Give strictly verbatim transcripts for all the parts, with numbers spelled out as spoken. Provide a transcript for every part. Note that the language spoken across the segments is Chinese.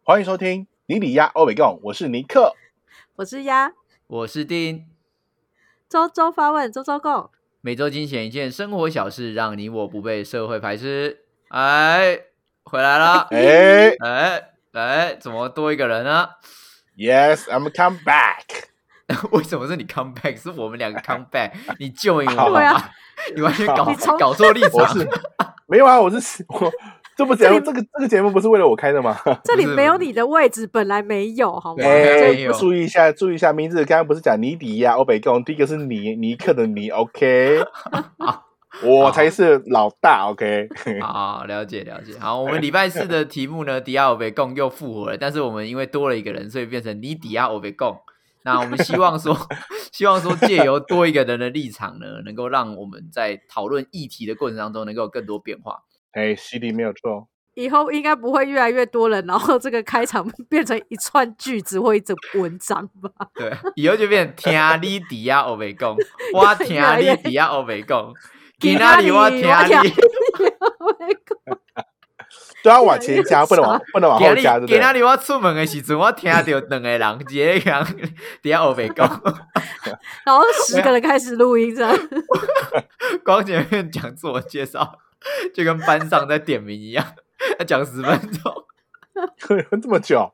欢迎收听尼里亚欧北共，我是尼克， 我是鸭， 我是丁。 周周发问，周周共， 每周精选一件生活小事，让你我不被社会排斥。哎，回来了！ 哎哎哎，怎么多一个人呢 ？Yes, I'm come back 。 为什么是你 come back？ 是我们两个 come back？ 你救赢我好吧、 啊、 你完全搞你搞错立场。 我是没有啊，我是我。这不节目，这个这个节目不是为了我开的吗？ 这里没有你的位置，本来没有，好吗？ 哎，注意一下，注意一下名字。刚刚不是讲尼迪亚欧北共，第一个是尼尼克的尼 ，OK？ 我才是老大 ，OK？ 好，了解了解。好，我们礼拜四的题目呢，迪亚欧北共又复活了，但是我们因为多了一个人，所以变成尼迪亚欧北共。那我们希望说，希望说借由多一个人的立场呢，能够让我们在讨论议题的过程当中，能够有更多变化。 哎，犀利没有错。 以后应该不会越来越多人，然后这个开场变成一串句子或一则文章吧？ 对，以后就变听你迪亚欧北共，我听你迪亚欧北共，今仔日我听你。 都要往前加，不能往不能往后加，对不对？ 今仔日我出门的时阵，我听到两个人，一个人伫遐黑白讲， 然后十个人开始录音，这样。 光前面讲自我介绍，就跟班上在点名一样，要讲十分钟， 这么久，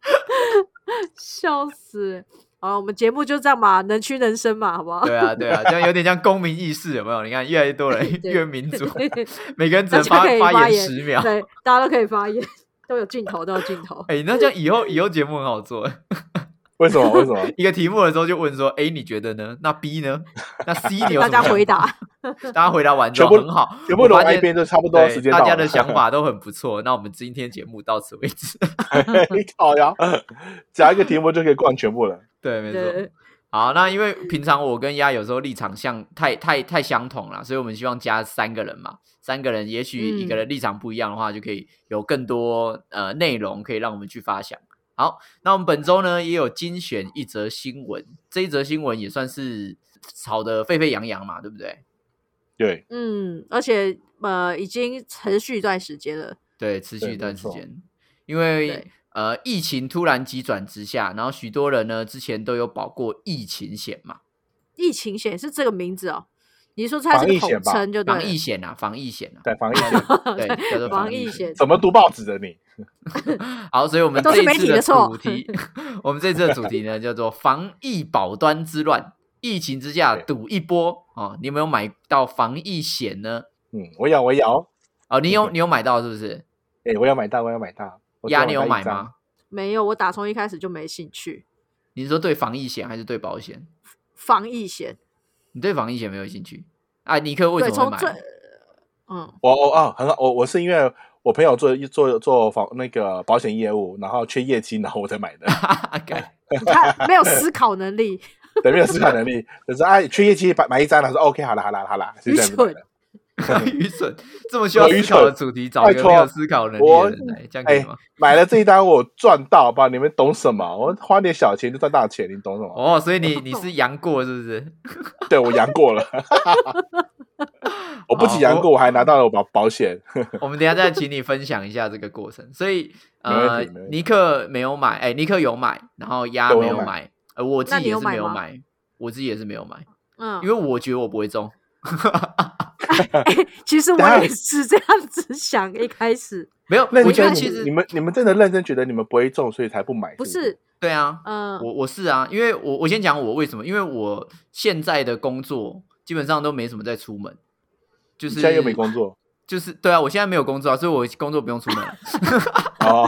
笑死！好，我们节目就这样嘛，能屈能伸嘛，好不好？ 对啊，对啊，这样有点像公民意识，有没有？你看，越来越多人，越民主，每个人只能 发, 发言十秒， 对，大家都可以发言，都有镜头，都有镜头。 哎、欸，那这样以后以后节目很好做。 为什么？为什么？ 一个题目的时候就问说 ：“A 你觉得呢？那 B 呢？那 C 你有什么想法？” 大家回答， 大家回答完之后很好， 全部轮一遍就差不多时间到了。 大家的想法都很不错。那我们今天节目到此为止。 好呀，讲一个题目就可以逛全部了。 对，没错。好，那因为平常我跟鸭有时候立场像太太太相同了，所以我们希望加三个人嘛。三个人，也许一个人立场不一样的话，嗯、就可以有更多呃内容可以让我们去发想。好，那我们本周呢也有精选一则新闻，这一则新闻也算是炒得沸沸扬扬嘛，对不对？ 对， 嗯，而且呃已经持续一段时间了。 对，持续一段时间，因为呃疫情突然急转直下，然后许多人呢之前都有保过疫情险嘛。 疫情险是这个名字哦？你说它是统称就对了， 防疫险啊，防疫险啊， 对，防疫险， 对，叫做防疫险。 怎么读报纸的你？ 好，所以我们这一次的主题，我们这次的主题呢叫做防疫保端之乱，疫情之下赌一波哦。你有没有买到防疫险呢？ 嗯，我有，我有。 哦，你有，你有买到是不是？ 哎、欸，我有买到，我有买到。 鸭，你有买吗？ 没有，我打从一开始就没兴趣。 你是说对防疫险还是对保险？ 防疫险。 你对防疫险没有兴趣？啊，尼克为什么会买？ 嗯， 我我哦，很好，我我是因为我朋友做做做防那个保险业务，然后缺业绩，然后我才买的。 你看，没有思考能力， 对，没有思考能力，就是啊，缺业绩买买一张，他说 OK， 好了好了好了， 愚蠢， 愚蠢，这么需要思考的主题，找一个没有思考能力的人来，这样可以吗？ 买了这一单我赚到吧？你们懂什么？我花点小钱就赚大钱，你懂什么？ 哦，所以你你是阳过是不是？ 对，我阳过了。我不仅阳过，我还拿到了我保保险。 我们等一下再请你分享一下这个过程。所以呃，尼克没有买，哎、欸，尼克有买，然后鸭没有买，呃，我自己也是没有买，买我自己也是没有买，嗯，因为我觉得我不会中。 欸、其实我也是这样子想，一开始没有，我觉得其实你们你们真的认真觉得你们不会中，所以才不买， 不是？ 对啊， 嗯、 呃，我我是啊，因为我我先讲我为什么，因为我现在的工作基本上都没什么在出门，就是现在又没工作， 就是对啊，我现在没有工作啊，所以我工作不用出门。 哦，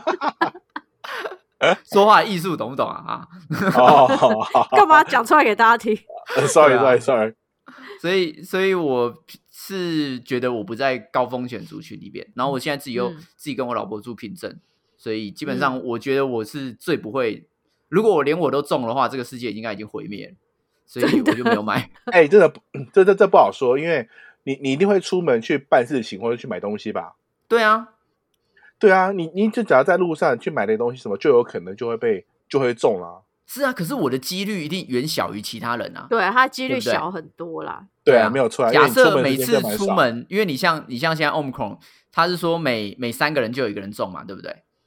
说话艺术懂不懂啊？ 哦， 干嘛讲出来给大家听 ？Sorry Sorry Sorry。 所以，所以我是觉得我不在高风险族群里边，然后我现在自己又、嗯、自己跟我老婆住平镇，所以基本上我觉得我是最不会。如果我连我都中的话，这个世界应该已经毁灭了，所以我就没有买。 哎、欸，真的，这这这不好说，因为你你一定会出门去办事情或者去买东西吧？ 对啊， 对啊，你你就只要在路上去买的东西，什么就有可能就会被就会中啦、啊。 是啊，可是我的几率一定远小于其他人啊。 对，他几率小很多啦。 对啊，没有错啊。 假设每次出门，因为你像你像现在 Omicron， 他是说每每三个人就有一个人中嘛，对不对？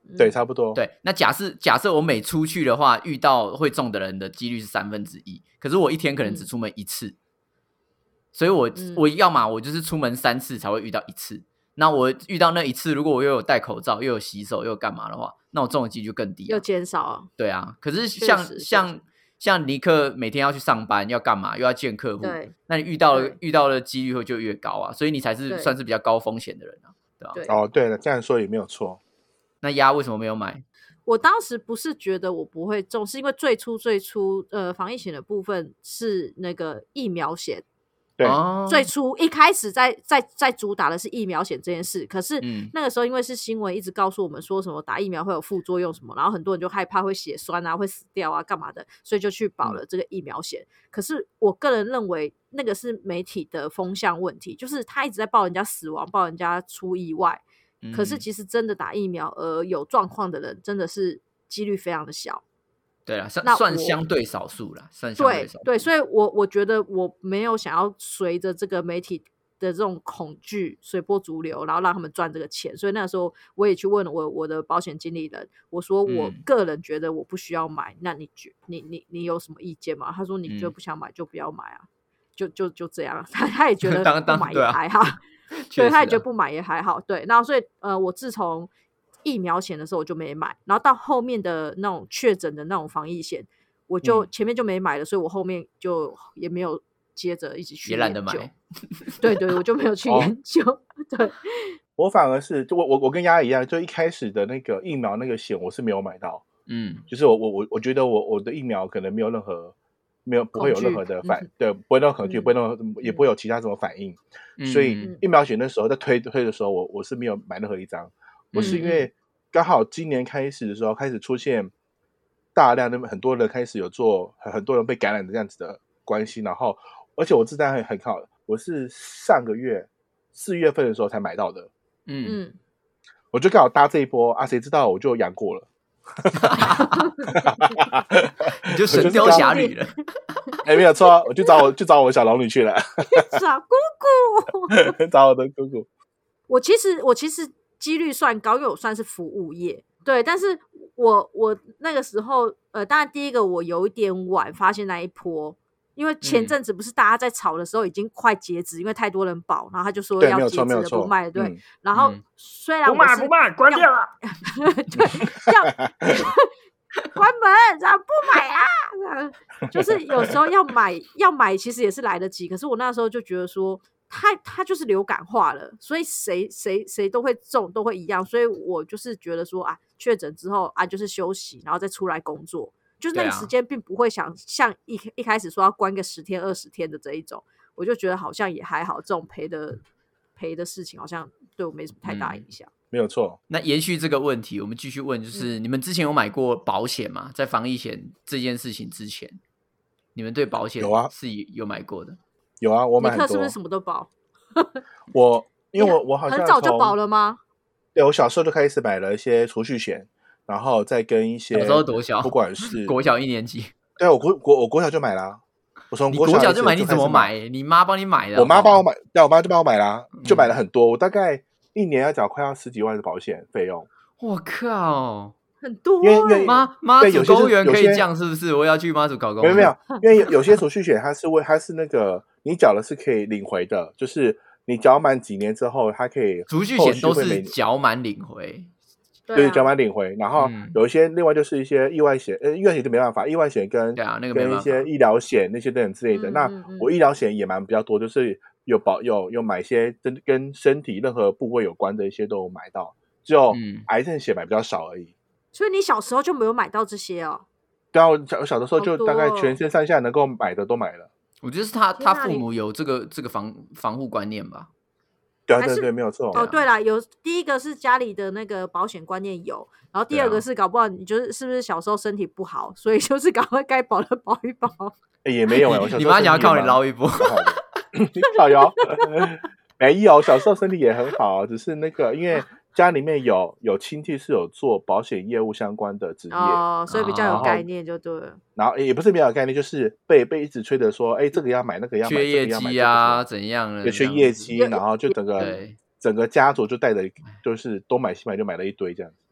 对，差不多。 对，那假设假设我每出去的话，遇到会中的人的几率是三分之一，可是我一天可能只出门一次，嗯、所以我、嗯、我要嘛，我就是出门三次才会遇到一次。那我遇到那一次，如果我又有戴口罩，又有洗手，又有干嘛的话，那我中的几率就更低、啊， 又减少啊。 对啊，可是像像像尼克每天要去上班，要干嘛，又要见客户，那你遇到了遇到的几率会就越高啊，所以你才是算是比较高风险的人啊，对吧、啊？ 对哦，对了，这样说也没有错。 那鸭为什么没有买？ 我当时不是觉得我不会中，是因为最初最初呃防疫险的部分是那个疫苗险。 对， 最初一开始在在在主打的是疫苗险这件事，可是那个时候因为是新闻一直告诉我们说什么打疫苗会有副作用什么，然后很多人就害怕会血栓啊，会死掉啊，干嘛的，所以就去保了这个疫苗险。嗯、可是我个人认为那个是媒体的风向问题，就是他一直在报人家死亡，报人家出意外，嗯、可是其实真的打疫苗而有状况的人，真的是几率非常的小。 对啦，算相对少数啦，算相对少数。 对对，所以我我觉得我没有想要随着这个媒体的这种恐惧随波逐流，然后让他们赚这个钱。所以那个时候我也去问我我的保险经理人，我说我个人觉得我不需要买，嗯、那你觉你你你有什么意见吗？他说你觉得不想买就不要买啊，嗯、就就就这样。他他也觉得不买也还好，对，他也觉得不买也还好。对，然后所以呃，我自从疫苗险的时候我就没买，然后到后面的那种确诊的那种防疫险，我就、嗯、前面就没买了，所以我后面就也没有接着一起去研究， 也懒得买。 对对，我就没有去研究。哦、对， 我反而是我我我跟丫一样，就一开始的那个疫苗那个险我是没有买到，嗯，就是我我我我觉得我我的疫苗可能没有任何没有不会有任何的反、嗯、对，不会任何恐惧，嗯、不会任何也不会有其他什么反应，嗯、所以疫苗险那时候在推推的时候，我我是没有买任何一张。我是因为刚好今年开始的时候开始出现大量的很多人开始有做很多人被感染的这样子的关系，然后而且我自然很很好，我是上个月四月份的时候才买到的，嗯，我就刚好搭这一波啊，谁知道我就阳过了， 你就神雕侠侣了， 哎、欸，没有错，我去找我去找我小龙女去了， 找姑姑， 找我的姑姑。 我其实我其实。几率算高，因为我算是服务业，对，但是我我那个时候，呃，当然第一个我有一点晚发现那一波，因为前阵子不是大家在吵的时候已经快截止，嗯、因为太多人保，然后他就说要截止的不卖，对，嗯、然后虽然我不卖不卖，关掉了， 对，要关门，然后不买啊，就是有时候要买要买，其实也是来得及，可是我那时候就觉得说。它它就是流感化了，所以谁谁谁都会中，都会一样，所以我就是觉得说啊，确诊之后啊，就是休息，然后再出来工作，就是那个时间并不会想像一一开始说要关个十天二十天的这一种，我就觉得好像也还好，这种赔的赔的事情好像对我没什么太大影响。嗯、 没有错。 那延续这个问题，我们继续问，就是、嗯、你们之前有买过保险吗？在防疫险这件事情之前，你们对保险有啊是有买过的？ 有啊，我买很多。 尼克是不是什么都保？ 我因为我我好像很早就保了吗？ 对，我小时候就开始买了一些储蓄险，然后再跟一些小时候多小， 不管是国小一年级， 对，我国国我国小就买啦。我从国小就买，你怎么买？你妈帮你买的？ 我妈帮我买，对，我妈就帮我买啦，就买了很多。嗯、我大概一年要缴快要十几万的保险费用。 我靠！ 很多、 欸，因为妈妈祖公务员可以这样，是不是？我要去妈祖搞公务员。 没有没有，因为有些储蓄险它是为它是那个你缴了是可以领回的，就是你缴满几年之后，它可以储蓄险都是缴满领回， 对，缴满领回。然后有一些、嗯、另外就是一些意外险，呃，意外险就没办法，意外险跟对啊那个跟一些医疗险那些等等之类的。嗯、那我医疗险也蛮比较多，就是有保有有买一些跟跟身体任何部位有关的一些都有买到，只有癌症险买比较少而已。 所以你小时候就没有买到这些哦？ 对啊，我小小的时候就大概全身上下能够买的都买了。 我觉得是他他父母有这个这个防防护观念吧。 对对对，没有错。 哦，对啦，有第一个是家里的那个保险观念有，然后第二个是搞不好你就是是不是小时候身体不好，所以就是赶快该保的保一保。 欸、也没有哎、欸，我小时候你妈想要靠你捞一波， 你靠腰没有，小时候身体也很好，只是那个因为。家里面有有亲戚是有做保险业务相关的职业， 哦，所以比较有概念就对了。 然后也不是比较有概念，就是被被一直催的说，哎，这个要买，那个要买， 缺业绩啊，怎样了？ 缺业绩，然后就整个整个家族就带着，就是东买西买，就买了一堆这样。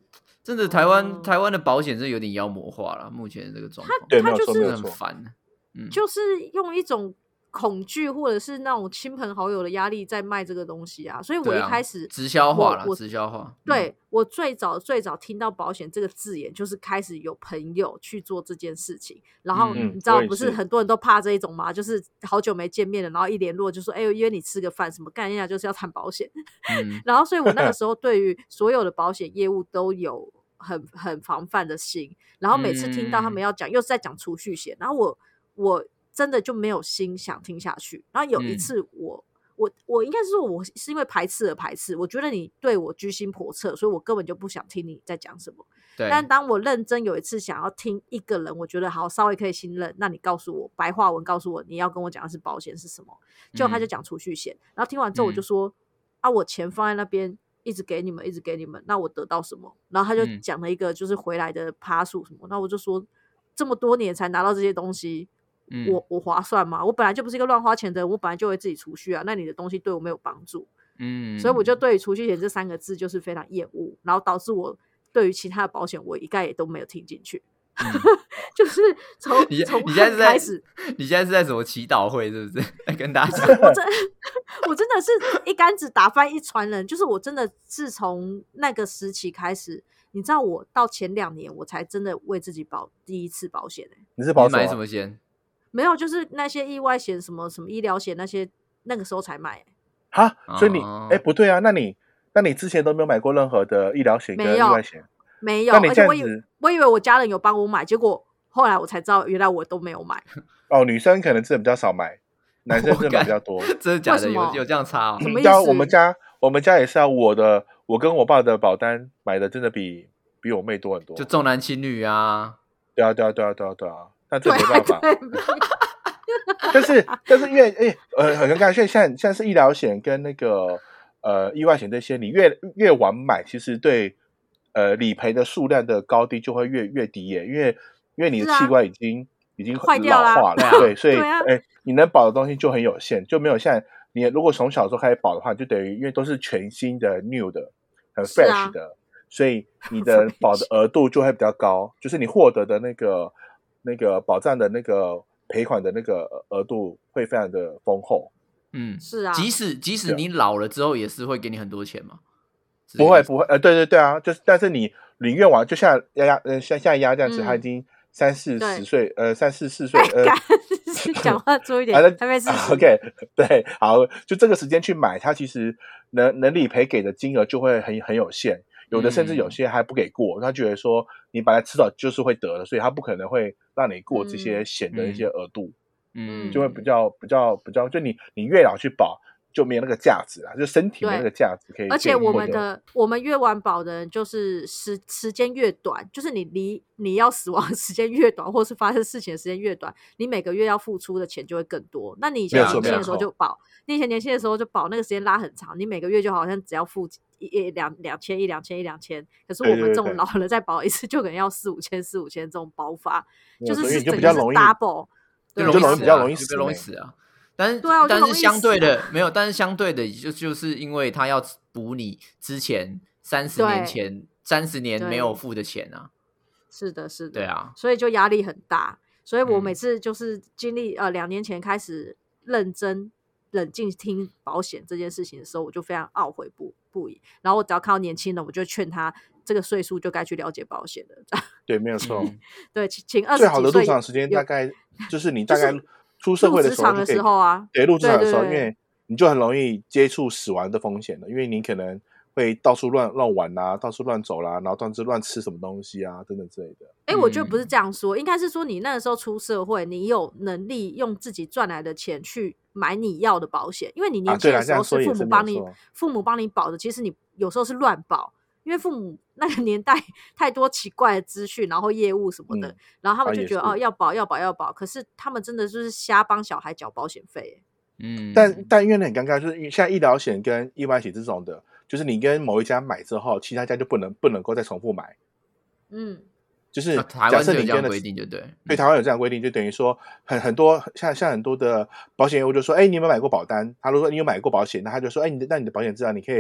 真的台湾、哦、台湾的保险是有点妖魔化了，目前这个状况， 对， 它就是很烦，嗯， 就是用一种恐惧或者是那种亲朋好友的压力在卖这个东西啊，所以我一开始、 啊、直销化了，直销化。 对、 嗯、 我最早最早听到保险这个字眼，就是开始有朋友去做这件事情，然后你知道不是很多人都怕这一种吗？就是好久没见面了，然后一联络就说，哎、欸，约你吃个饭，什么概念就是要谈保险，嗯、然后所以我那个时候对于所有的保险业务都有很很防范的心，然后每次听到他们要讲、嗯、又是在讲储蓄险，然后我我。真的就没有心想听下去。然后有一次我，我、嗯、我我应该是说，我是因为排斥而排斥。我觉得你对我居心叵测，所以我根本就不想听你在讲什么。但当我认真有一次想要听一个人，我觉得好稍微可以信任，那你告诉我白话文，告诉我你要跟我讲的是保险是什么。就他就讲储蓄险，嗯、然后听完之后我就说、嗯、啊，我钱放在那边。一直给你们，一直给你们，那我得到什么？然后他就讲了一个就是回来的趴数什么，那、嗯、我就说这么多年才拿到这些东西。嗯、我我划算吗？我本来就不是一个乱花钱的人，我本来就会自己储蓄啊。那你的东西对我没有帮助，嗯，所以我就对于储蓄险这三个字就是非常厌恶，然后导致我对于其他的保险我一概也都没有听进去，嗯、就是从从开始， 你现在是在什么祈祷会是不是？在跟大家讲， 我真我真的是一竿子打翻一船人，就是我真的是从那个时期开始。你知道我到前两年我才真的为自己保第一次保险、欸、 你是保你买什么险？ 没有，就是那些意外险，什么什么医疗险那些，那个时候才买、欸。 哈，所以你哎、哦、不对啊，那你那你之前都没有买过任何的医疗险跟意外险？ 没有，而且我以我以为我家人有帮我买，结果后来我才知道，原来我都没有买。 哦，女生可能真的比较少买，男生真的买比较多。 真的假的？有有这样差、哦？ 什么意思？ 我们家我们家也是啊，我的我跟我爸的保单买的真的比比我妹多很多， 就重男轻女啊。 对啊，对啊，对啊，对啊，对啊。但这没办法，但是但是因为哎呃很尴尬，现在现在是医疗险跟那个呃意外险这些，你越越晚买，其实对呃理赔的数量的高低就会越越低耶，因为因为你的器官已经、啊、已经坏掉老化了，对，所以哎、 啊、你能保的东西就很有限，就没有像你如果从小时候开始保的话，就等于因为都是全新的 new 的很 fresh 的。所以你的保的额度就会比较高，就是你获得的那个那个保障的那个赔款的那个额度会非常的丰厚。 嗯， 是啊， 即使即使你老了之后，也是会给你很多钱吗？ 不会不会，呃，对对对啊，就是但是你你愿完，就像丫丫呃像像丫这样子，他、嗯、已经三四十岁，呃三四四岁，呃， 讲话注意点，还没四十。 OK， 对，好，就这个时间去买，它其实能能理赔给的金额就会很很有限。有的甚至有些还不给过、嗯、他觉得说你本来迟早就是会得的，所以他不可能会让你过这些险的一些额度，嗯，就会比较比较比较，就你你越老去保就没有那个价值啦，就身体没那个价值可以。 而且我们的我们越晚保的人，就是时时间越短，就是你离你要死亡的时间越短，或是发生事情的时间越短，你每个月要付出的钱就会更多。那你以前年轻的时候就保，你以前年轻的时候就保，那个时间拉很长，你每个月就好像只要付一两两千一两千一两千，可是我们这种老了再保一次就可能要四五千四五千这种保法，就是是整个是 double， 对，就容易比较容易死， 容易死啊。但是、 啊、 但是相对的没有，但是相对的就就是因为他要补你之前三十年前三十年没有付的钱啊。 是的，是的， 对啊， 所以就压力很大。所以我每次就是经历、嗯、呃两年前开始认真冷静听保险这件事情的时候，我就非常懊悔不不已。然后我只要看到年轻人，我就劝他这个岁数就该去了解保险了。 对，没有错。 对，请二十几岁最好的入场时间大概就是你大概出社会的时候就可以， 入职场的时候啊， 对，入职场的时候， 对对对， 因为你就很容易接触死亡的风险了，因为你可能会到处乱乱玩啊，到处乱走啦、啊，然后到处乱吃什么东西啊，等等之类的。 哎、欸，我觉得不是这样说，应该是说你那个时候出社会，你有能力用自己赚来的钱去买你要的保险，因为你年轻的时候是父母帮你，啊、父母帮你保的，其实你有时候是乱保，因为父母那个年代太多奇怪的资讯，然后业务什么的，嗯、然后他们就觉得、啊、哦要保要保要保，可是他们真的就是瞎帮小孩缴保险费。 嗯，但但因为很尴尬，就是像医疗险跟意外险这种的，就是你跟某一家买之后，其他家就不能不能够再重复买。 嗯。 就是假设你跟的规定就对， 对，台湾有这样规定，就等于说很很多像像很多的保险业务就说，哎，你有没有买过保单？他如果说你有买过保险，那他就说，哎，你的那你的保险资料你可以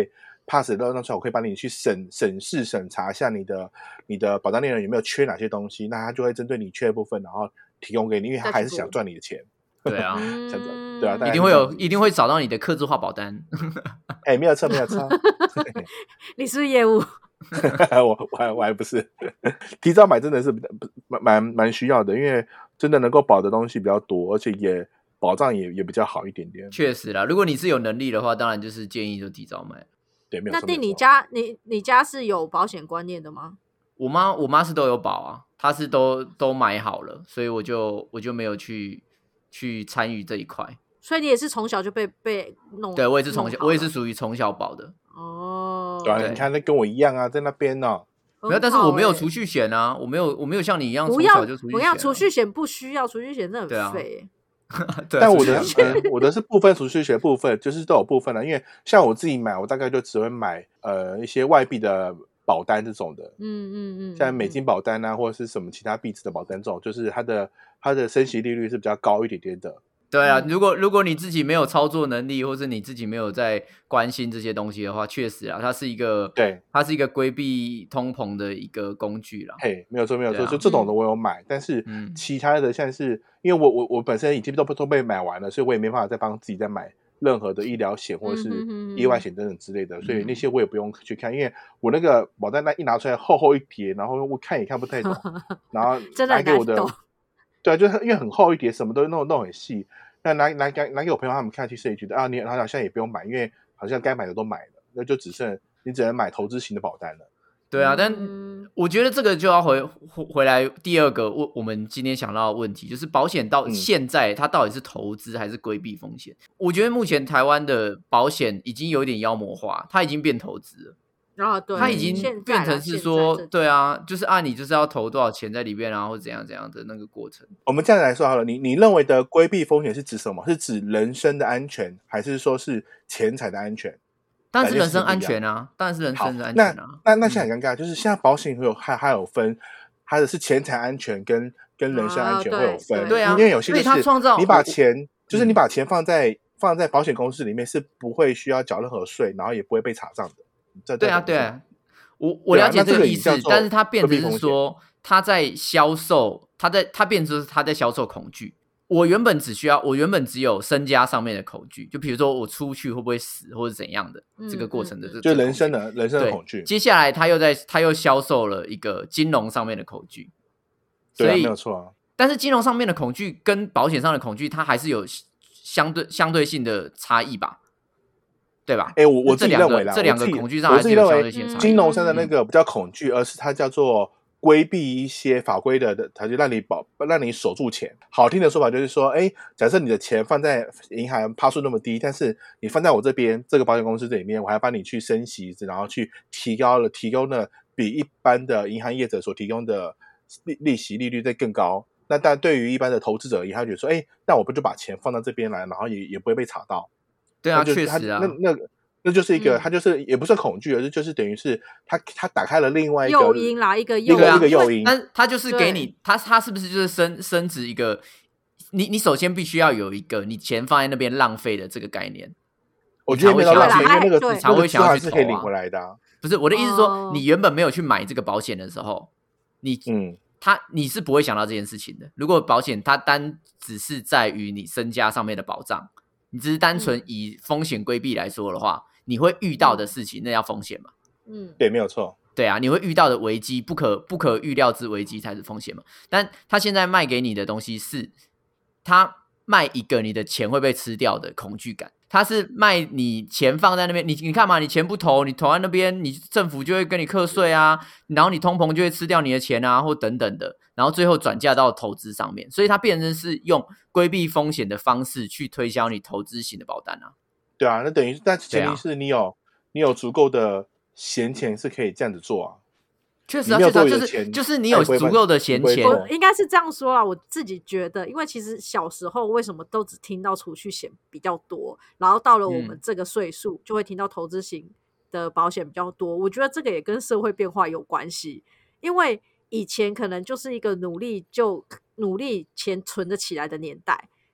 pass 的那出来，我可以帮你去审审视审查一下你的你的保单内容有没有缺哪些东西，那他就会针对你缺的部分，然后提供给你，因为他还是想赚你的钱。 对啊， 对啊， 一定会有，一定会找到你的客制化保单。 哎、欸，没有错，没有错。 你是不是业务？ 我我还我还不是。提早买真的是蛮蛮蛮需要的，因为真的能够保的东西比较多，而且也保障也也比较好一点点。 确实啦，如果你是有能力的话，当然就是建议就提早买。 对，没有错。 那弟，你家你你家是有保险观念的吗？ 我妈我妈是都有保啊，她是都都买好了，所以我就我就没有去去参与这一块。 所以你也是从小就被被弄？ 对，我也是从小，我也是属于从小保的。 哦， 对啊，你看那跟我一样啊，在那边呢、 喔。没有，但是我没有储蓄险啊，我没有我没有像你一样从小就储蓄险、啊。 不要储蓄险，不需要储蓄险，真的很废、 欸。啊、 但我的、呃、我的是部分储蓄险部分，就是都有部分的，因为像我自己买，我大概就只会买呃一些外币的保单这种的， 嗯嗯嗯， 像美金保单啊，或者是什么其他币值的保单这种，就是它的它的升息利率是比较高一点点的。 对啊，如果如果你自己没有操作能力，或是你自己没有在关心这些东西的话，确实啊，它是一个对， 它是一个规避通膨的一个工具啦。 嘿，没有错没有错、啊，就这种的我有买，嗯、但是其他的像是因为我我我本身已经都都被买完了，所以我也没办法再帮自己再买任何的医疗险或者是意外险等等之类的，嗯、所以那些我也不用去看，因为我那个保单单一拿出来厚厚一叠，然后我看也看不太懂，然后拿给我的，对啊，就是因为很厚一叠，什么都弄弄很细。那拿拿给拿给我朋友他们看，其实也觉得啊，你好像也不用买，因为好像该买的都买了，那就只剩你只能买投资型的保单了。 对啊，但我觉得这个就要回回来第二个我我们今天想到的问题，就是保险到现在它到底是投资还是规避风险？嗯、我觉得目前台湾的保险已经有点妖魔化，它已经变投资了。 啊，对， 它已经变成是说，对啊，就是啊，你就是要投多少钱在里面，然后怎样怎样的那个过程。 我们这样来说好了，你你认为的规避风险是指什么？是指人身的安全，还是说是钱财的安全？ 当然是人身安全啊，当然是人身的安全啊。 那那那现在很尴尬，嗯、就是现在保险会有还还有分，它的是钱财安全跟跟人身安全会有分， 啊对啊， 因为有些是它创造你把钱，就是你把钱放在、嗯、放在保险公司里面，是不会需要缴任何税，然后也不会被查账的。 对啊，对啊。我我了解这个意思，但是它变成是说，他在销售，他在他变成是他在销售恐惧。我原本只需要，我原本只有身家上面的恐惧，就比如说我出去会不会死，或者怎样的、嗯、这个过程的这个， 就人生的人生的恐惧。 接下来他又在他又销售了一个金融上面的恐惧， 对、啊，没有错啊。 但是金融上面的恐惧跟保险上的恐惧，它还是有相对相对性的差异吧。对吧？ 哎、欸，我我自己认为啦， 这两个恐惧上还是有相对性差异。 金融上的那个不叫恐惧，而是它叫做规避一些法规的，它就让你保，让你守住钱。好听的说法就是说，哎、欸，假设你的钱放在银行趴数那么低，但是你放在我这边这个保险公司这里面，我还帮你去升息，然后去提高了，提供了比一般的银行业者所提供的利利息利率再更高。那但对于一般的投资者而言，他觉得说，哎、欸，那我不就把钱放到这边来，然后也也不会被查到。 对啊，确实啊， 那那那就是一个，他、嗯、就是也不是恐惧，而是就是等于是他他打开了另外一个诱因啦，一个诱因，一个诱因。 但他就是给你，他他是不是就是升升值一个？你你首先必须要有一个你钱放在那边浪费的这个概念。 我觉得没有浪费，因为那个你才会想要去投、啊、 是可以领回来的、啊。 不是我的意思是说，哦、你原本没有去买这个保险的时候，你嗯。他你是不会想到这件事情的。如果保险它单只是在于你身家上面的保障，你只是单纯以风险规避来说的话，嗯、你会遇到的事情，那叫风险嘛？ 嗯，对，没有错。 对啊，你会遇到的危机，不可不可预料之危机才是风险嘛。但他现在卖给你的东西是，他卖一个你的钱会被吃掉的恐惧感。他是卖你钱放在那边，你你看嘛，你钱不投，你投在那边，你政府就会跟你课税啊，然后你通膨就会吃掉你的钱啊，或等等的，然后最后转嫁到投资上面，所以它变成是用规避风险的方式去推销你投资型的保单啊。 对啊，那等于但前提是你有、啊、你有足够的闲钱是可以这样子做啊。 确实啊，确实啊，就是就是你有足够的闲钱， 我应该是这样说啦。我自己觉得，因为其实小时候为什么都只听到储蓄险比较多，然后到了我们这个岁数，就会听到投资型的保险比较多。我觉得这个也跟社会变化有关系，因为以前可能就是一个努力就努力钱存得起来的年代，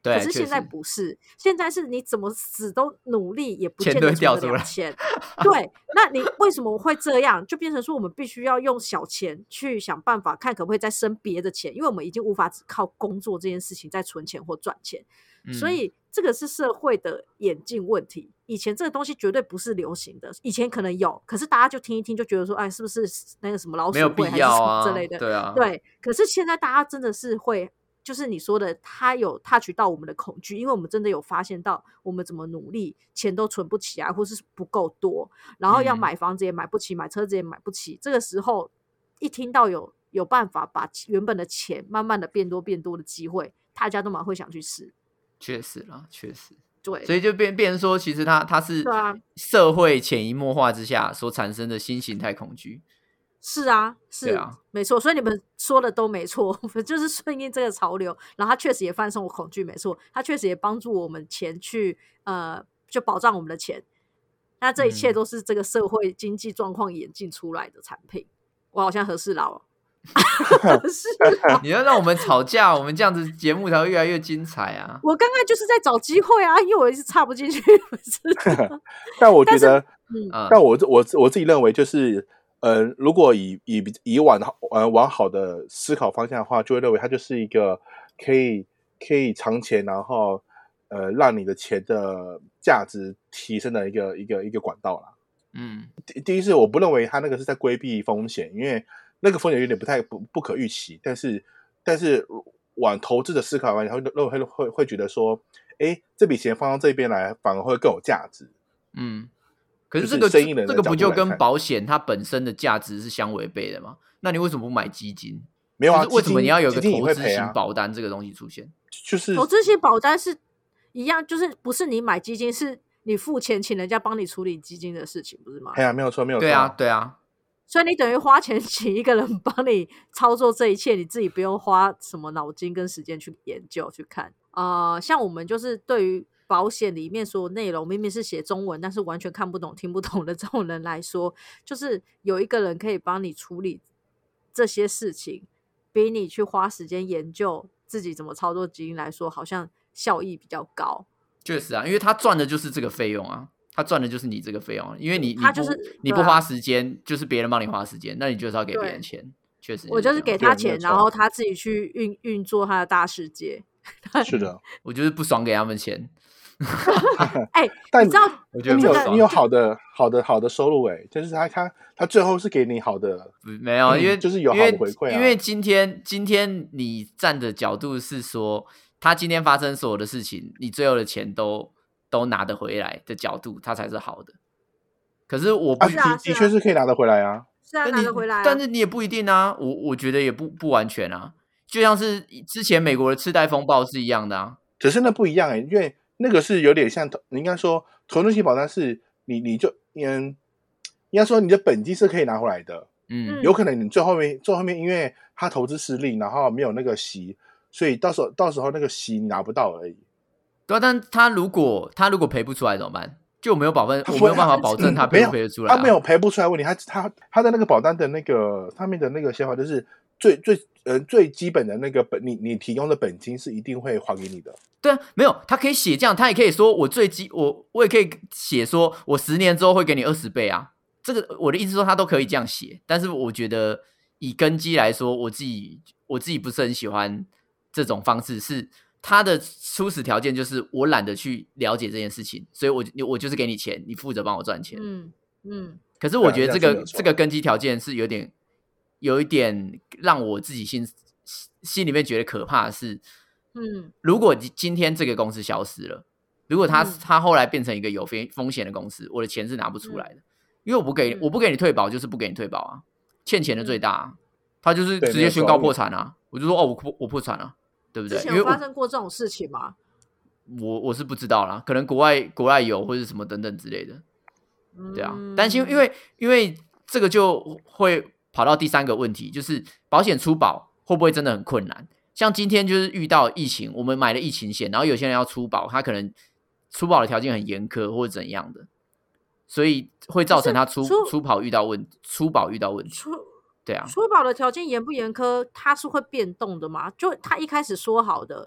对， 可是现在不是，现在是你怎么死都努力也不见得存得了钱。对，那你为什么会这样？就变成说我们必须要用小钱去想办法，看可不可以再生别的钱，因为我们已经无法只靠工作这件事情在存钱或赚钱。嗯、所以这个是社会的演进问题。以前这个东西绝对不是流行的，以前可能有，可是大家就听一听就觉得说，哎，是不是那个什么老鼠会还是什么之类的？ 对啊， 对。可是现在大家真的是会。就是你说的，他有 touch 到我们的恐惧，因为我们真的有发现到我们怎么努力，钱都存不起来，或是不够多，然后要买房子也买不起，嗯、买车子也买不起。这个时候，一听到有有办法把原本的钱慢慢的变多变多的机会，大家都蛮会想去试。 确实啦，确实。 对， 所以就变变成说，其实它它是社会潜移默化之下所产生的新形态恐惧。 是啊，是啊，没错，所以你们说的都没错，就是顺应这个潮流，然后它确实也贩送恐惧，没错，它确实也帮助我们钱去呃，就保障我们的钱。那这一切都是这个社会经济状况演进出来的产品。我好像和事佬，和事佬， 你要让我们吵架，我们这样子节目才会越来越精彩啊！ 我刚刚就是在找机会啊，因为我一直插不进去。 但我觉得， 嗯， 但我我我自己认为就是。呃，如果以以以往呃往好的思考方向的话，就会认为它就是一个可以可以藏钱，然后呃让你的钱的价值提升的一个一个一个管道啦。嗯，第第一是我不认为它那个是在规避风险，因为那个风险有点不太不不可预期。但是但是往投资的思考完以后，会会会会觉得说，哎，这笔钱放到这边来，反而会更有价值。 嗯。可是这个就是这个不就跟保险它本身的价值是相违背的吗？那你为什么不买基金？ 没有啊， 就是为什么你要有一个投资型保单这个东西出现？ 就是投资型保单是一样，就是不是你买基金，是你付钱请人家帮你处理基金的事情，不是吗？ 哎呀，没有错，没有错。 对啊，对啊。 所以你等于花钱请一个人帮你操作这一切，你自己不用花什么脑筋跟时间去研究去看。呃，像我们就是对于保险里面所有内容明明是写中文，但是完全看不懂听不懂的这种人来说，就是有一个人可以帮你处理这些事情，比你去花时间研究自己怎么操作基金来说，好像效益比较高。 确实啊，因为他赚的就是这个费用啊，他赚的就是你这个费用，因为你你他就是、 不你不花时间、啊，就是别人帮你花时间，那你就是要给别人钱。确实， 我就是给他钱，然后他自己去运运作他的大世界。 是的， 我就是不爽给他们钱。 哎、欸， 但你知道， 我觉得你有你有好的好的好的收入哎、欸，就是他他他最后是给你好的， 没有，因为、 嗯、就是有好的回馈、啊， 因为今天今天你站的角度是说，他今天发生所有的事情，你最后的钱都都拿得回来的角度，他才是好的。可是我不、 啊、的的确是可以拿得回来啊， 是啊，拿得回来、啊， 但是你也不一定啊，我我觉得也不不完全啊，就像是之前美国的次贷风暴是一样的啊， 可是那不一样哎、欸，因为。那个是有点像，你应该说投资型保单是你你就嗯，应该说你的本金是可以拿回来的，嗯，有可能你最后面最后面因为他投资失利，然后没有那个息，所以到时候到时候那个息你拿不到而已。 对啊，但他如果他如果赔不出来怎么办？就没有保分，我没有办法保证他赔不赔得出来、 啊嗯。他没有赔不出来问题，他他他的那个保单的那个上面的那个想法就是最最呃最基本的那个本，你你提供的本金是一定会还给你的。 对啊，没有，他可以写这样，他也可以说我最基我我也可以写说我十年之后会给你二十倍啊。这个我的意思说他都可以这样写，但是我觉得以根基来说，我自己我自己不是很喜欢这种方式，是他的初始条件就是我懒得去了解这件事情，所以我我就是给你钱，你负责帮我赚钱。嗯嗯。可是我觉得这个这个根基条件是有点有一点让我自己心心里面觉得可怕的是。嗯，如果今天这个公司消失了，如果他、嗯、他后来变成一个有风险的公司，我的钱是拿不出来的，嗯、因为我不给、嗯、我不给你退保，就是不给你退保啊，欠钱的最大、啊，他就是直接宣告破产啊，我就说哦，我破我破产了，对不对？ 之前有发生过这种事情吗？ 我我是不知道啦，可能国外国外有或者什么等等之类的，对啊，嗯、但是因为因为这个就会跑到第三个问题，就是保险出保会不会真的很困难？像今天就是遇到疫情，我们买了疫情险，然后有些人要出保，他可能出保的条件很严苛或者怎样的，所以会造成他出出保遇到问出保遇到问题。对啊， 出保的条件严不严苛，它是会变动的吗？就他一开始说好的，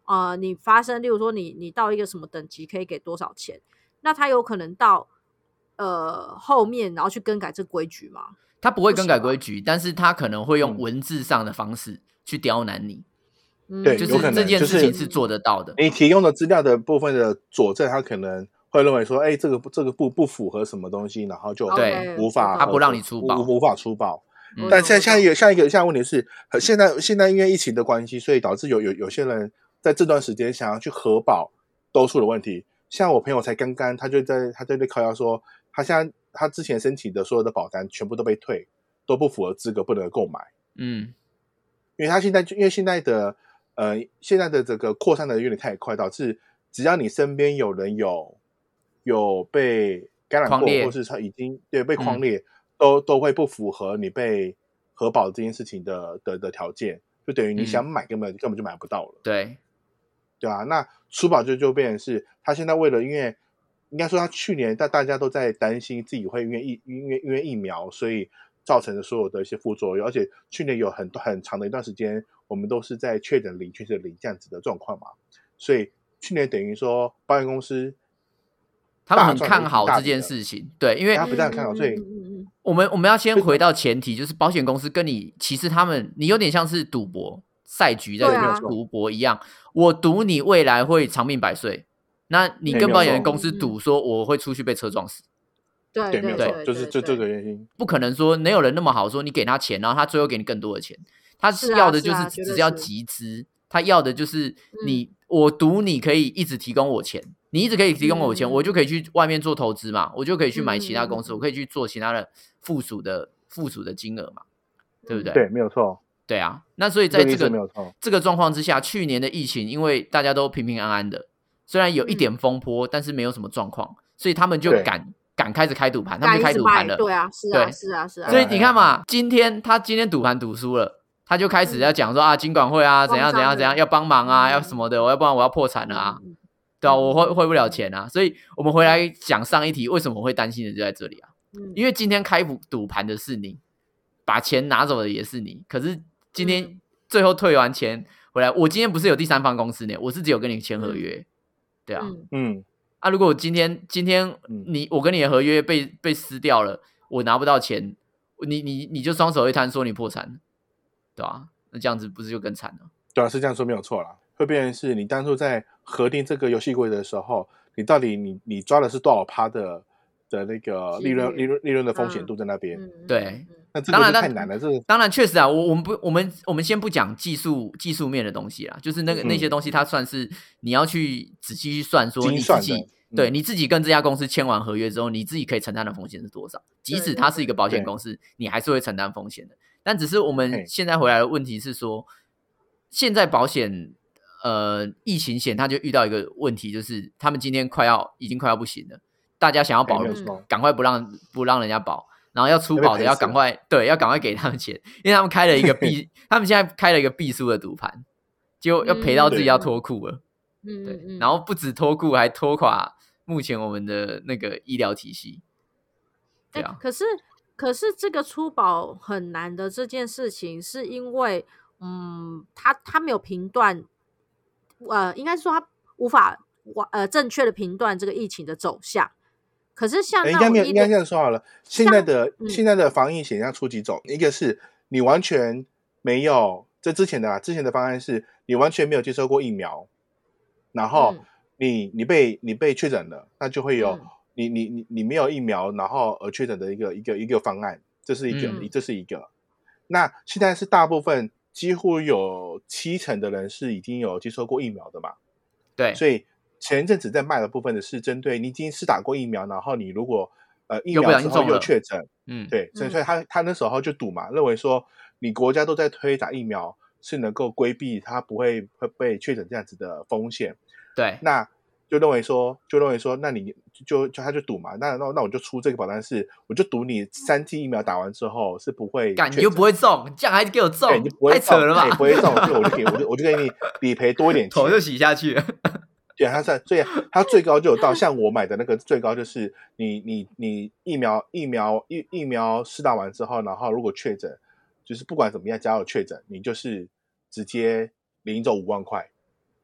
呃，你发生，例如说你你到一个什么等级可以给多少钱，那他有可能到呃后面然后去更改这规矩吗？ 他不会更改规矩，但是他可能会用文字上的方式去刁难你。 嗯、对， 就是这件事情是做得到的。 你提供的资料的部分的佐证，他可能会认为说，哎，这个这个不不符合什么东西，然后就对无法他不让你出报， 无无法出报。嗯、但现在下一个下一个下一个问题是，现在现在因为疫情的关系，所以导致有有有些人在这段时间想要去核保都数的问题。像我朋友才刚刚，他就在他在那靠腰说，他现在他之前申请的所有的保单全部都被退，都不符合资格，不能购买。嗯，因为他现在因为现在的呃现在的这个扩散的有点太快，导致只要你身边有人有有被感染过，或是他已经对被匡列，嗯、都都会不符合你被核保这件事情的的的条件，就等于你想买根本、嗯、根本就买不到了。 对， 对啊，那出保就就变成是他现在为了，因为应该说他去年大大家都在担心自己会因为疫因为因为疫苗，所以造成的所有的一些副作用，而且去年有很很长的一段时间，我们都是在确诊零、确诊零这样子的状况嘛，所以去年等于说保险公司他们很看好这件事情，对，因为他不但看好，所以我们我们要先回到前提，就是保险公司跟你其实他们你有点像是赌博赛局在赌博一样，啊、我赌你未来会长命百岁，那你跟保险公司赌说我会出去被车撞死。 对对， 没有错，就是就这个原因， 不可能说没有人那么好，说你给他钱，然后他最后给你更多的钱，他是要的就是只要集资，他要的就是你，嗯、我赌你可以一直提供我钱，你一直可以提供我钱，嗯、我就可以去外面做投资嘛，我就可以去买其他公司，嗯、我可以去做其他的附属的附属的金额嘛，对不对？ 对，没有错。 对啊，那所以在这个这个状况之下，去年的疫情，因为大家都平平安安的，虽然有一点风波，嗯、但是没有什么状况，所以他们就敢。敢开始开赌盘，他们就开赌盘了。 对啊，是啊，是啊，是啊。 所以你看嘛，今天他今天赌盘赌输了，他就开始要讲说、嗯、啊，金管会啊，怎样怎样怎样，要帮忙啊，嗯、要什么的，我要不然我要破产了啊，嗯、对啊，我汇汇不了钱啊。所以我们回来讲上一题，为什么会担心的就在这里啊？嗯、因为今天开赌盘的是你，把钱拿走的也是你，可是今天最后退完钱回来，我今天不是有第三方公司呢，我是只有跟你签合约，嗯、对啊，嗯。啊！如果我今天今天你我跟你的合约被被撕掉了，我拿不到钱，你你你就双手一摊说你破产，对吧、啊？那这样子不是就更惨了？ 对啊，是这样说没有错啦。会变成是你当初在核定这个游戏规则的时候，你到底你你抓的是多少趴的的那个利润利润利润的风险度在那边？ 嗯、对， 那这个是太难了。这个当然确实啊，我我们不我们我们先不讲技术技术面的东西啦，就是那个、嗯、那些东西，它算是你要去仔细去算，说你自己。对，你自己跟这家公司签完合约之后，你自己可以承担的风险是多少？即使它是一个保险公司，你还是会承担风险的。但只是我们现在回来的问题是说，现在保险呃疫情险，它就遇到一个问题，就是他们今天快要已经快要不行了，大家想要保，赶快不让不让人家保，然后要出保的要赶快对，要赶快给他们钱，因为他们开了一个必，他们现在开了一个必输的赌盘，就要赔到自己要脱裤了。嗯，对，然后不止脱裤，还拖垮目前我们的那个医疗体系。对啊， 欸、可是可是这个出保很难的这件事情，是因为嗯，他他没有评断，呃，应该说他无法呃正确的评断这个疫情的走向。可是像应该没有，应该这样说好了。现在的、嗯、现在的防疫险要出几种，一个是你完全没有，这之前的、啊、之前的方案是你完全没有接受过疫苗。然后你、嗯、你被你被确诊了，那就会有、嗯、你你你你没有疫苗，然后而确诊的一个一个一个方案，这是一个、嗯、这是一个。那现在是大部分几乎有七成的人是已经有接受过疫苗的嘛？ 对， 所以前一阵子在卖的部分的是针对你已经是打过疫苗，然后你如果呃疫苗之后又确诊，嗯，对，所以他他那时候就赌嘛，认为说你国家都在推打疫苗。是能够规避它不会会被确诊这样子的风险， 对， 那就认为说，就认为说，那你就就他就赌嘛，那那那我就出这个保单是，我就赌你三剂疫苗打完之后是不会， 干你又不会中，这样还给我中， 你就不会太扯了吧？ 你不会中，就我就给我就我就给你理赔多一点钱， 头就洗下去了。 对，他在，所以他最高就有到，像我买的那个最高就是你你你疫苗疫苗疫疫苗施打完之后，然后如果确诊。就是不管怎么样，只要有确诊，你就是直接领走五万块，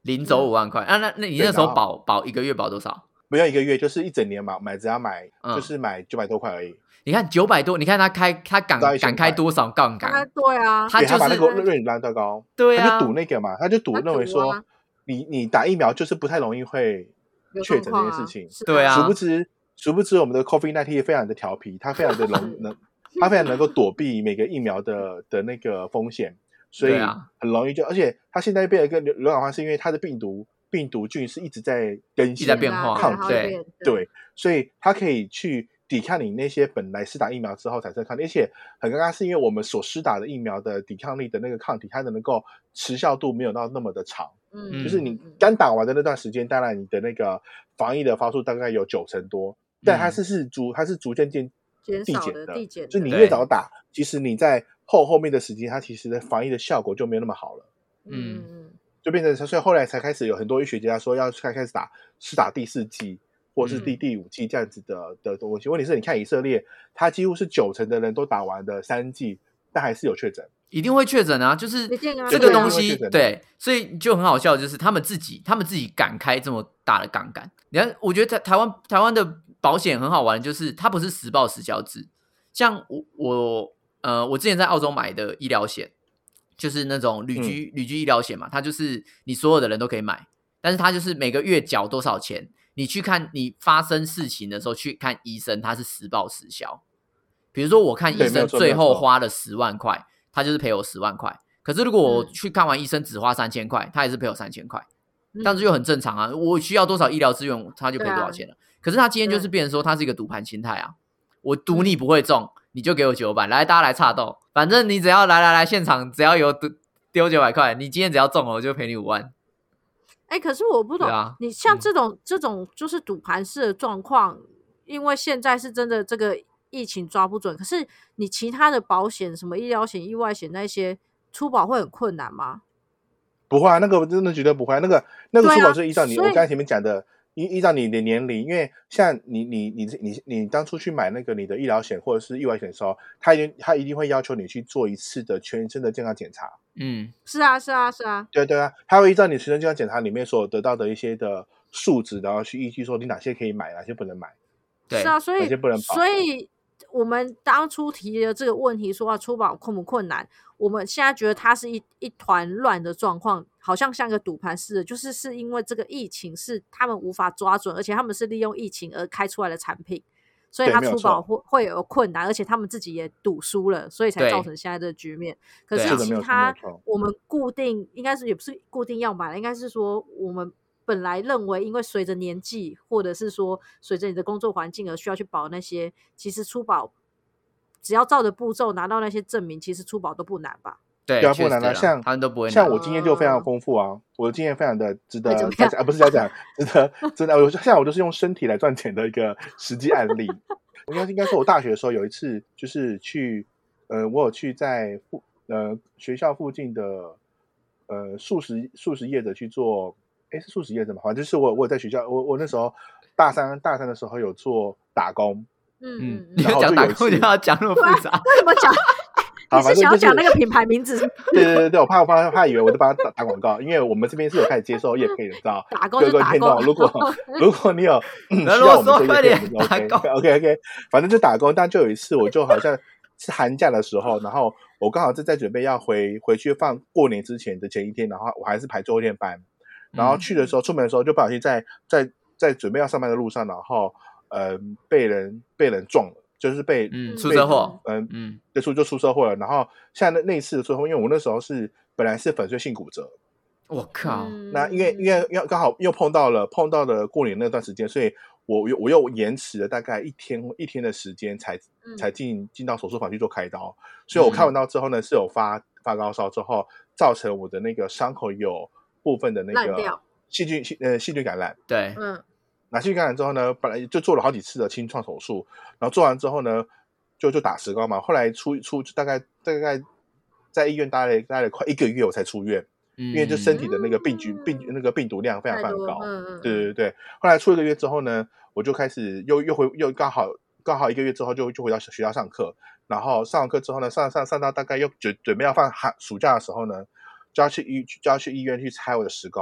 零走五万块、嗯、啊？那那你那时候保保一个月保多少？ 不要一个月，就是一整年嘛，买只要买、嗯、就是买九百多块而已。 你看九百多，你看他开他敢敢开多少杠杆？ 对啊， 他、 就是、 他把那个瑞拉拉高， 对啊， 他就赌那个嘛，他就赌认为说、啊、你你打疫苗就是不太容易会确诊这件事情， 对啊， 殊不知殊不知我们的 COVID 十九 非常的调皮，他非常的能能，他非常能够躲避每个疫苗的的那个风险，所以很容易就，而且他现在变得跟流流感化，是因为他的病毒。病毒菌是一直在更新、 一直在变化， 抗体， 对对, 对，所以它可以去抵抗你那些本来施打疫苗之后产生抗体，而且很尴尬是因为我们所施打的疫苗的抵抗力的那个抗体，它能够持效度没有到那么的长，嗯，就是你刚打完的那段时间，当然你的那个防疫的发数大概有九成多，但它是是逐它是逐渐渐递减的， 递减的， 就你越早打，其实你在后后面的时间，它其实的防疫的效果就没有那么好了， 嗯。 就变成，所以后来才开始有很多医学家说要开始打，是打第四剂或是第第五剂这样子的的东西。问题是，你看以色列，他几乎是九成的人都打完的三剂，但还是有确诊， 一定会确诊啊！就是这个东西，对，所以就很好笑，就是他们自己，他们自己敢开这么大的杠杆。你看，我觉得台湾台湾的保险很好玩，就是它不是实报实销制，像我我呃，我之前在澳洲买的医疗险。就是那种旅居、嗯、旅居医疗险嘛，它就是你所有的人都可以买，但是它就是每个月缴多少钱，你去看你发生事情的时候去看医生，它是实报实销。比如说我看医生最后花了十万块，他就是赔我十万块。可是如果我去看完医生只花三千块，他也是赔我三千块，但是又很正常啊。我需要多少医疗资源，他就赔多少钱了。可是他今天就是变成说，他是一个赌盘心态啊，我赌你不会中。你就给我九百，来大家来插斗，反正你只要来来来现场，只要有丢九百块，你今天只要中了，我就赔你五万。 哎、欸，可是我不懂，啊、你像这种、嗯、这种就是赌盘式的状况，因为现在是真的这个疫情抓不准，可是你其他的保险，什么医疗险、意外险那些出保会很困难吗？ 不会啊，那个真的绝对不会，那个那个出保是依照你、啊、我刚才前面讲的。依依照你的年龄，因为像你你你你你当初去买那个你的医疗险或者是意外险的时候，他一定他一定会要求你去做一次的全身的健康检查。 嗯，是啊是啊是啊， 对对啊，他会依照你全身健康检查里面所得到的一些的数值，然后去依据说你哪些可以买，哪些不能买。 对， 是啊，所以哪些不能保。 所以我们当初提的这个问题说要出保困不困难，我们现在觉得它是一一团乱的状况，好像像个赌盘似的，就是是因为这个疫情是他们无法抓准，而且他们是利用疫情而开出来的产品，所以他出保会会有困难，而且他们自己也赌输了，所以才造成现在这个局面。可是其他我们固定应该是也不是固定要买的，应该是说我们本来认为因为随着年纪或者是说随着你的工作环境而需要去保那些，其实出保只要照着步骤拿到那些证明，其实出保都不难吧。 对， 对啊，不难啊，像他们都不会难。 像我经验就非常丰富啊，我的经验非常的值得讲啊，不是在讲，值得真的，我像我就是用身体来赚钱的一个实际案例。我应该应该说，我大学的时候有一次就是去，呃，我有去在附呃学校附近的呃素食素食业者去做，哎是素食业者嘛，反正就是我我在学校，我我那时候大三大三的时候有做打工， 嗯嗯， 你讲打工就要讲那么复杂， 为什么讲？你是想要讲那个品牌名字？ 对对对对，我怕我怕怕以为我在帮他 打, 打广告，因为我们这边是有开始接受业配的，知道？ 打工就打工。 如果如果你有、嗯、需要我们做业配，我们 OK OK OK， 反正就打工。但就有一次，我就好像是寒假的时候，然后我刚好在在准备要回回去放过年之前的前一天，然后我还是排最后一天班，然后去的时候、嗯、出门的时候就不小心在在在准备要上班的路上，然后呃被人被人撞了。就是被嗯出车祸， 嗯嗯，就出就出车祸了。然后像那那一次的车祸，因为我那时候是本来是粉碎性骨折， 我靠！ 那因为因为要刚好又碰到了碰到了过年那段时间，所以我又我又延迟了大概一天一天的时间才才进进到手术房去做开刀。所以我开完刀之后呢，是有发发高烧之后，造成我的那个伤口有部分的那个细菌呃细菌感染。 对， 嗯。 拿细菌感染之后呢，本来就做了好几次的清创手术，然后做完之后呢，就就打石膏嘛。后来出出大概大概在医院待了待了快一个月，我才出院，嗯、因为就身体的那个病菌病那个病毒量非常非常高。 嗯、 对对对。后来出一个月之后呢，我就开始又又回又刚好刚好一个月之后就就回到学校上课，然后上完课之后呢，上上上到大概又准准备要放寒暑假的时候呢，就要去医就要去医院去拆我的石膏。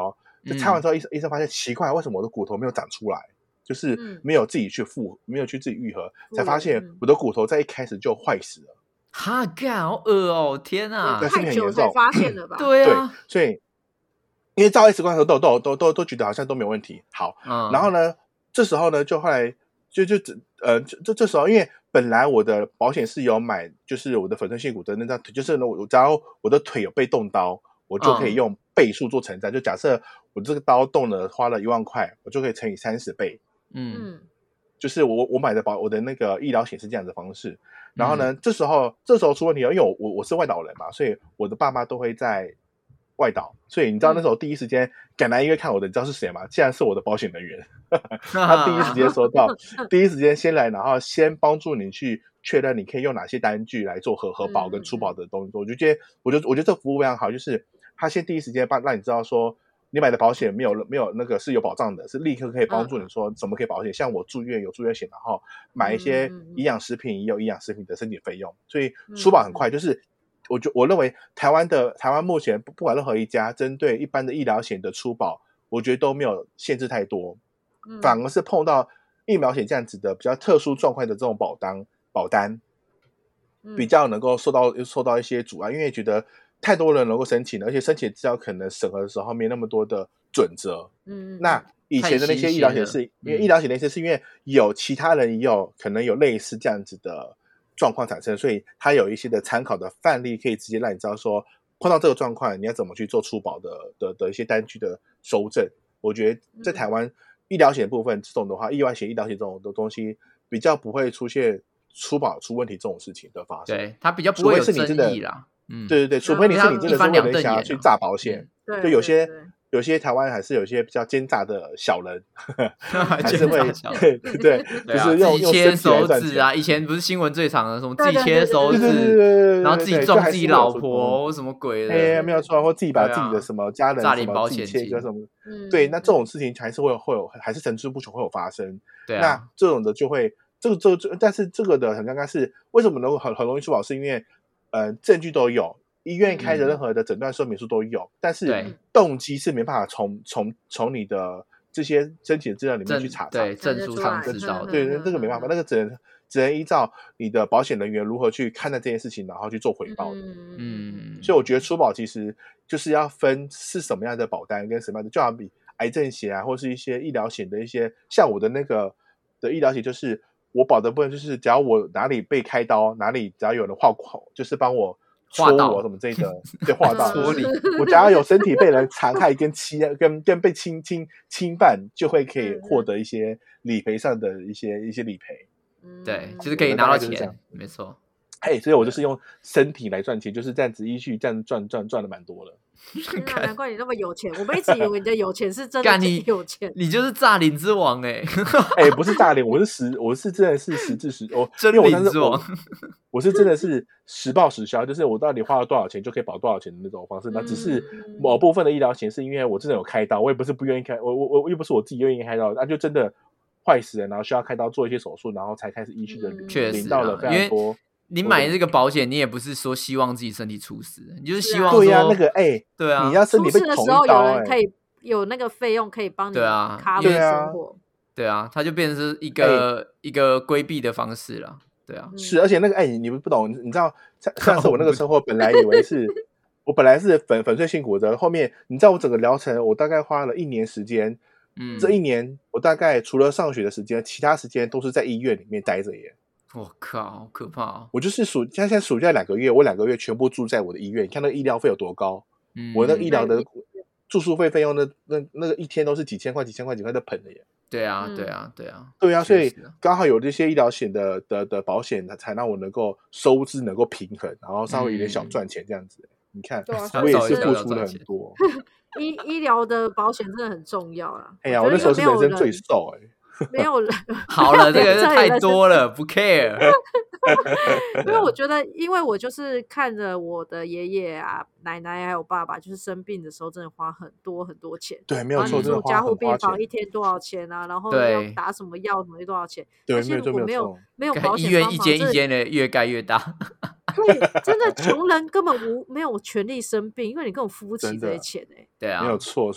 就拆完之后，医生医生发现奇怪，为什么我的骨头没有长出来？就是没有自己去复，没有去自己愈合，才发现我的骨头在一开始就坏死了。 哈，干好恶哦！天啊， 太久才发现了吧？ 对啊， 对，所以因为照 X 光的时候都都都都都觉得好像都没有问题。好，嗯、然后呢，这时候呢，就后来就就呃，这这时候因为本来我的保险是有买，就是我的粉碎性骨折那张腿，就是呢，我只要我的腿有被动刀，我就可以用倍数做乘战。嗯、就假设我这个刀动了花了一万块，我就可以乘以三十倍。嗯，就是我我买的保我的那个医疗险是这样的方式。然后呢，嗯、这时候这时候出问题了，因为我我我是外岛人嘛，所以我的爸妈都会在外岛，所以你知道那时候第一时间赶来医院看我的，你知道是谁吗？竟然是我的保险人员，他第一时间收到，第一时间先来，然后先帮助你去确认你可以用哪些单据来做核核保跟出保的东西。我就觉得，我觉得我觉得这个服务非常好，就是他先第一时间帮让你知道说。你买的保险没有没有那个是有保障的，是立刻可以帮助你说怎么可以保险。嗯、像我住院有住院险，然后买一些营养食品也有营养食品的申请费用，所以出保很快。就是我觉我认为台湾的台湾目前不不管任何一家针对一般的医疗险的出保，我觉得都没有限制太多，反而是碰到疫苗险这样子的比较特殊状况的这种保单保单，比较能够受到受到一些阻碍，因为觉得。太多人能够申请了，而且申请资料可能审核的时候没那么多的准则。嗯，那以前的那些医疗险是，因为医疗险那些是因为有其他人也有可能有类似这样子的状况产生，所以它有一些的参考的范例，可以直接让你知道说碰到这个状况你要怎么去做出保的的的一些单据的收证。我觉得在台湾医疗险部分这种的话，意外险、医疗险这种的东西比较不会出现出保出问题这种事情的发生。 对，它比较不会有争议啦。 嗯，对对对，除非你是你真的是为了想要去诈保险，嗯、就有些有些台湾还是有些比较奸诈的小人，还是会对对，就是用自己切手指啊。以前不是新闻最常的什么自己切手指，然后自己撞自己老婆或什么鬼的， 哎，没有错，或自己把自己的什么家人诈领保险切割什么，对，那这种事情还是会有会有还是层出不穷会有发生。 对啊， 那这种的就会这个这个，但是这个的很刚刚是为什么能够很很容易出保，是因为。呃，证据都有，医院开的任何的诊断说明书都有，嗯、但是动机是没办法从从从你的这些申请资料里面去查对证书上知道， 对，这个没办法，那个只能只能依照你的保险人员如何去看待这件事情，然后去做回报的。嗯，所以我觉得出保其实就是要分是什么样的保单跟什么样的，就好比癌症险啊，或是一些医疗险的一些，像我的那个的医疗险就是。我保的部分就是，只要我哪里被开刀，哪里只要有人划口，就是帮我戳我什么这个，对，划到戳你。 我只要有身体被人残害跟侵跟跟被侵侵侵犯，就会可以获得一些理赔上的一些一些理赔。 对，就是可以拿到钱，没错。 嘿，所以我就是用身体来赚钱，就是这样子依序这样赚赚赚的蛮多了。 啊、难怪你那么有钱，我们一直以为你的有钱是真的有钱， 你, 你就是诈领之王哎、欸！ 哎、欸，不是诈领，我是实，我是真的是实质实，我真领之王我， 我是真的是实报实销，就是我到底花了多少钱就可以保多少钱的那种方式。那、嗯、只是某部分的医疗险是因为我真的有开刀，我也不是不愿意开，我我我又不是我自己愿意开刀，那就真的坏死人，然后需要开刀做一些手术，然后才开始依序的领到了非常多。 你买这个保险，你也不是说希望自己身体出事，你就是希望说， 对呀、啊，那个哎，欸、 对啊， 你要身体被捅一刀、欸， 有人可以有那个费用可以帮你 cover 生活， 对啊，它就变成是一个、欸、一个规避的方式了，对啊， 是，而且那个哎、欸，你们不懂，你知道，上次我那个车祸本来以为是，我本来是粉粉碎性骨折，后面你知道我整个疗程我大概花了一年时间，嗯，这一年我大概除了上学的时间，其他时间都是在医院里面待着耶。 我靠，好可怕、哦！ 我就是暑，现在暑假两个月，我两个月全部住在我的医院。你看那个医疗费有多高？嗯，我那医疗的住宿费费用那那那个一天都是几千块、几千块、几千块在喷的耶。 对啊，对啊，对啊， 对啊，所以刚好有这些医疗险的的的保险，才让我能够收支能够平衡，然后稍微有点小赚钱这样子。嗯、你看， 啊、 我也是付出了很多。 医医疗的保险真的很重要啦。 哎呀，我那时候是人生最瘦哎、欸。 没有人好了，这个太多了，不 care。 因为我觉得，因为我就是看着我的爷爷啊、奶奶还有爸爸，就是生病的时候，真的花很多很多钱。 对，没有错， 住加护病房一天多少钱啊？然后要打什么药什么多少钱？ 对， 而且如果没有没有保险， 医院一间一间的越盖越大。 对，真的穷人根本无没有权利生病，因为你根本付不起这些钱哎、欸。 对啊， 没有错。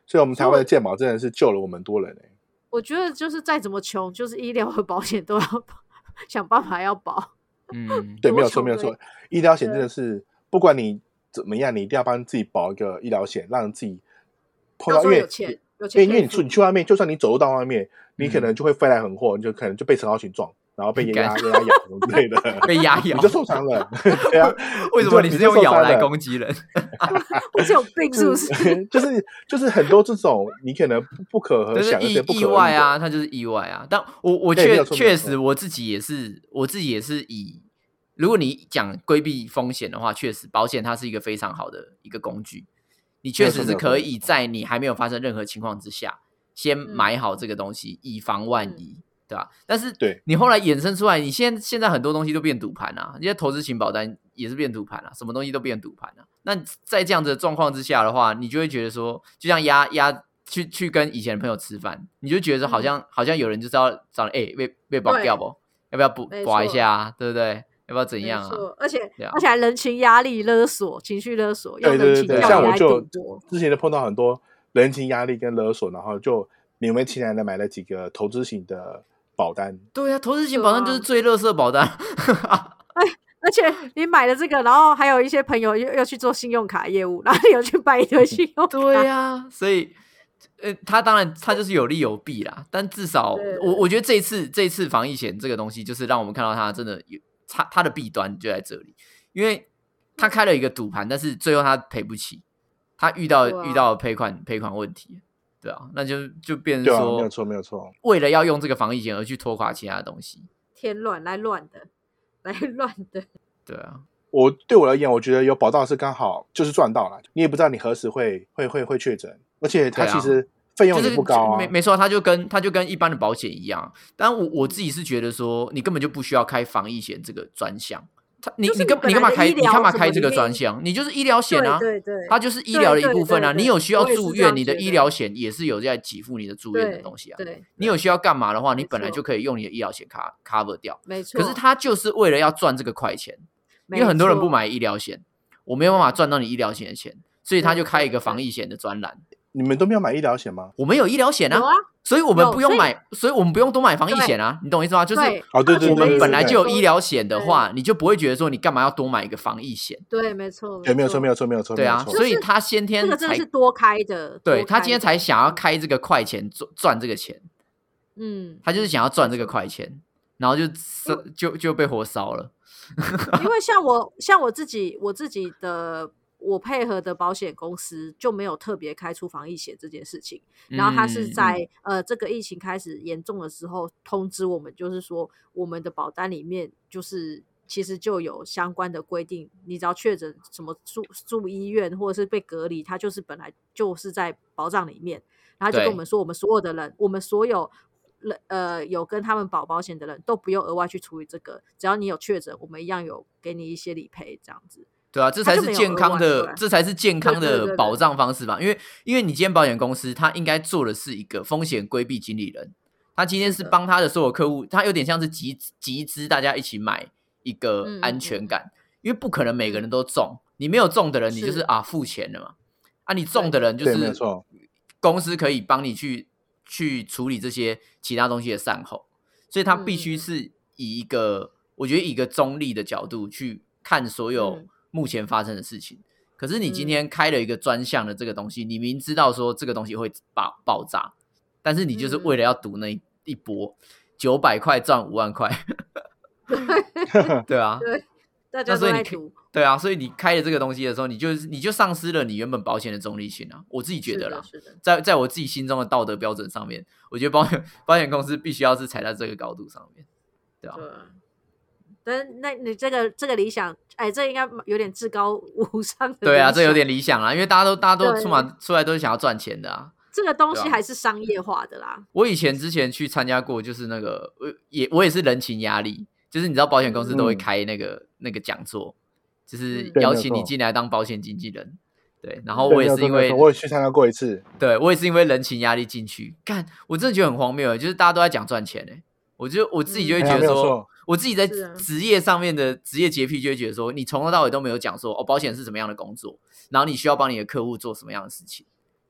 所以我们台湾的健保真的是救了我们多人、欸、 我觉得就是再怎么穷，就是医疗和保险都要想办法要保。 嗯， 对，没有错没有错，医疗险真的是不管你怎么样，你一定要帮自己保一个医疗险，让自己碰到，因为有钱有钱， 因为你出你去外面，就算你走路到外面，你可能就会飞来横祸，你就可能就被陈浩群撞，然后被压压压咬什么之类的， 被压咬你就受伤了。对啊， 为什么你是用咬来攻击人？ 我是有病是不是？ 就是就是很多这种你可能不可和想，而且不可意外啊，它就是意外啊。但我我确确实我自己也是，我自己也是以，如果你讲规避风险的话，确实保险它是一个非常好的一个工具。你确实是可以在你还没有发生任何情况之下，先买好这个东西，以防万一。嗯，对吧？但是你后来衍生出来，你现现在很多东西都变赌盘啊，你在投资型保单也是变赌盘啊，什么东西都变赌盘啊。那在这样子的状况之下的话，你就会觉得说，就像压压去去跟以前的朋友吃饭，你就觉得好像、嗯、好像有人就是要找哎、欸、被被保掉不？要不要补刮一下啊？对不对？要不要怎样啊？ 而且而且还人情压力勒索、情绪勒索， 对对对对，像我就之前就碰到很多人情压力跟勒索，然后就勉为其难的买了几个投资型的保单。 对啊，投资型保单就是最垃圾保单。 哎，而且你买了这个，然后还有一些朋友又又去做信用卡业务，然后你有去办一堆信用卡。 对啊，所以呃，他当然他就是有利有弊啦，但至少我我觉得这一次这一次防疫险这个东西，就是让我们看到它真的有它它的弊端就在这里，因为他开了一个赌盘，但是最后他赔不起，他遇到、啊、遇到赔款赔款问题。对啊，那就就变成说， 啊、没有错没有错， 为了要用这个防疫险而去拖垮其他的东西， 添乱来乱的，来乱的。 对啊， 我对我而言，我觉得有保障是刚好就是赚到了，你也不知道你何时会会会会确诊，而且它其实费用也不高啊。 就是、没没错，它就跟它就跟一般的保险一样。但我我自己是觉得说，你根本就不需要开防疫险这个专项。你你干你干嘛开你干嘛开这个专项？你就是医疗险啊， 对对对， 它就是医疗的一部分啊。你有需要住院，你的医疗险也是有在给付你的住院的东西啊。 对， 你有需要干嘛的话，你本来就可以用你的医疗险 cover 掉。 没错。 可是它就是为了要赚这个快钱，因为很多人不买医疗险，我没有办法赚到你医疗险的钱，所以他就开一个防疫险的专栏。 你们都没有买医疗险吗？ 我们有医疗险啊。所以我们不用买，所以我们不用多买防疫险啊，你懂我意思吗？就是我们本来就有医疗险的话，你就不会觉得说你干嘛要多买一个防疫险。 对，没错， 对，没有错，没有错，没有错。 对啊，所以他先天这个真的是多开的， 对他今天才想要开这个快钱赚这个钱，嗯，他就是想要赚这个快钱，然后就就就被火烧了。 因为像我像我自己我自己的。我配合的保险公司就没有特别开出防疫险这件事情，然后他是在、嗯、呃这个疫情开始严重的时候通知我们，就是说我们的保单里面就是其实就有相关的规定，你只要确诊什么住住医院或者是被隔离，它就是本来就是在保障里面，然后就跟我们说，我们所有的人，我们所有呃有跟他们保保险的人都不用额外去处理这个，只要你有确诊，我们一样有给你一些理赔这样子。 对啊，这才是健康的，这才是健康的保障方式吧。因为，因为你今天保险公司，他应该做的是一个风险规避经理人，他今天是帮他的所有客户，他有点像是集集资，大家一起买一个安全感。嗯嗯，因为不可能每个人都中，你没有中的人，你就是啊付钱了嘛。啊，你中的人就是公司可以帮你去去处理这些其他东西的善后，所以他必须是以一个、嗯、我觉得以一个中立的角度去看所有、嗯。目前发生的事情，可是你今天开了一个专项的这个东西、嗯、你明知道说这个东西会爆爆炸，但是你就是为了要赌那 一,、嗯、一波九百块赚五万块对啊， 对，大家都在赌， 对啊，所以你开了这个东西的时候，你就你就丧失了你原本保险的中立性啊。我自己觉得啦，在在我自己心中的道德标准上面，我觉得保险保险公司必须要是踩在这个高度上面，对吧、啊？ 但那你这个这个理想，哎，这应该有点至高无上的。 对啊，这有点理想啦，因为大家都大家都出嘛出来都是想要赚钱的啊。 这个东西还是商业化的啦。 我以前之前去参加过，就是那个也我也是人情压力，就是你知道保险公司都会开那个、嗯、那个讲座，就是邀请你进来当保险经纪人。对，然后我也是因为我也去参加过一次， 对我也是因为人情压力进去。干，我真的觉得很荒谬，就是大家都在讲赚钱哎，我就我自己就会觉得说。嗯我自己在职业上面的职业洁癖就会觉得说，你从头到尾都没有讲说哦，保险是什么样的工作，然后你需要帮你的客户做什么样的事情，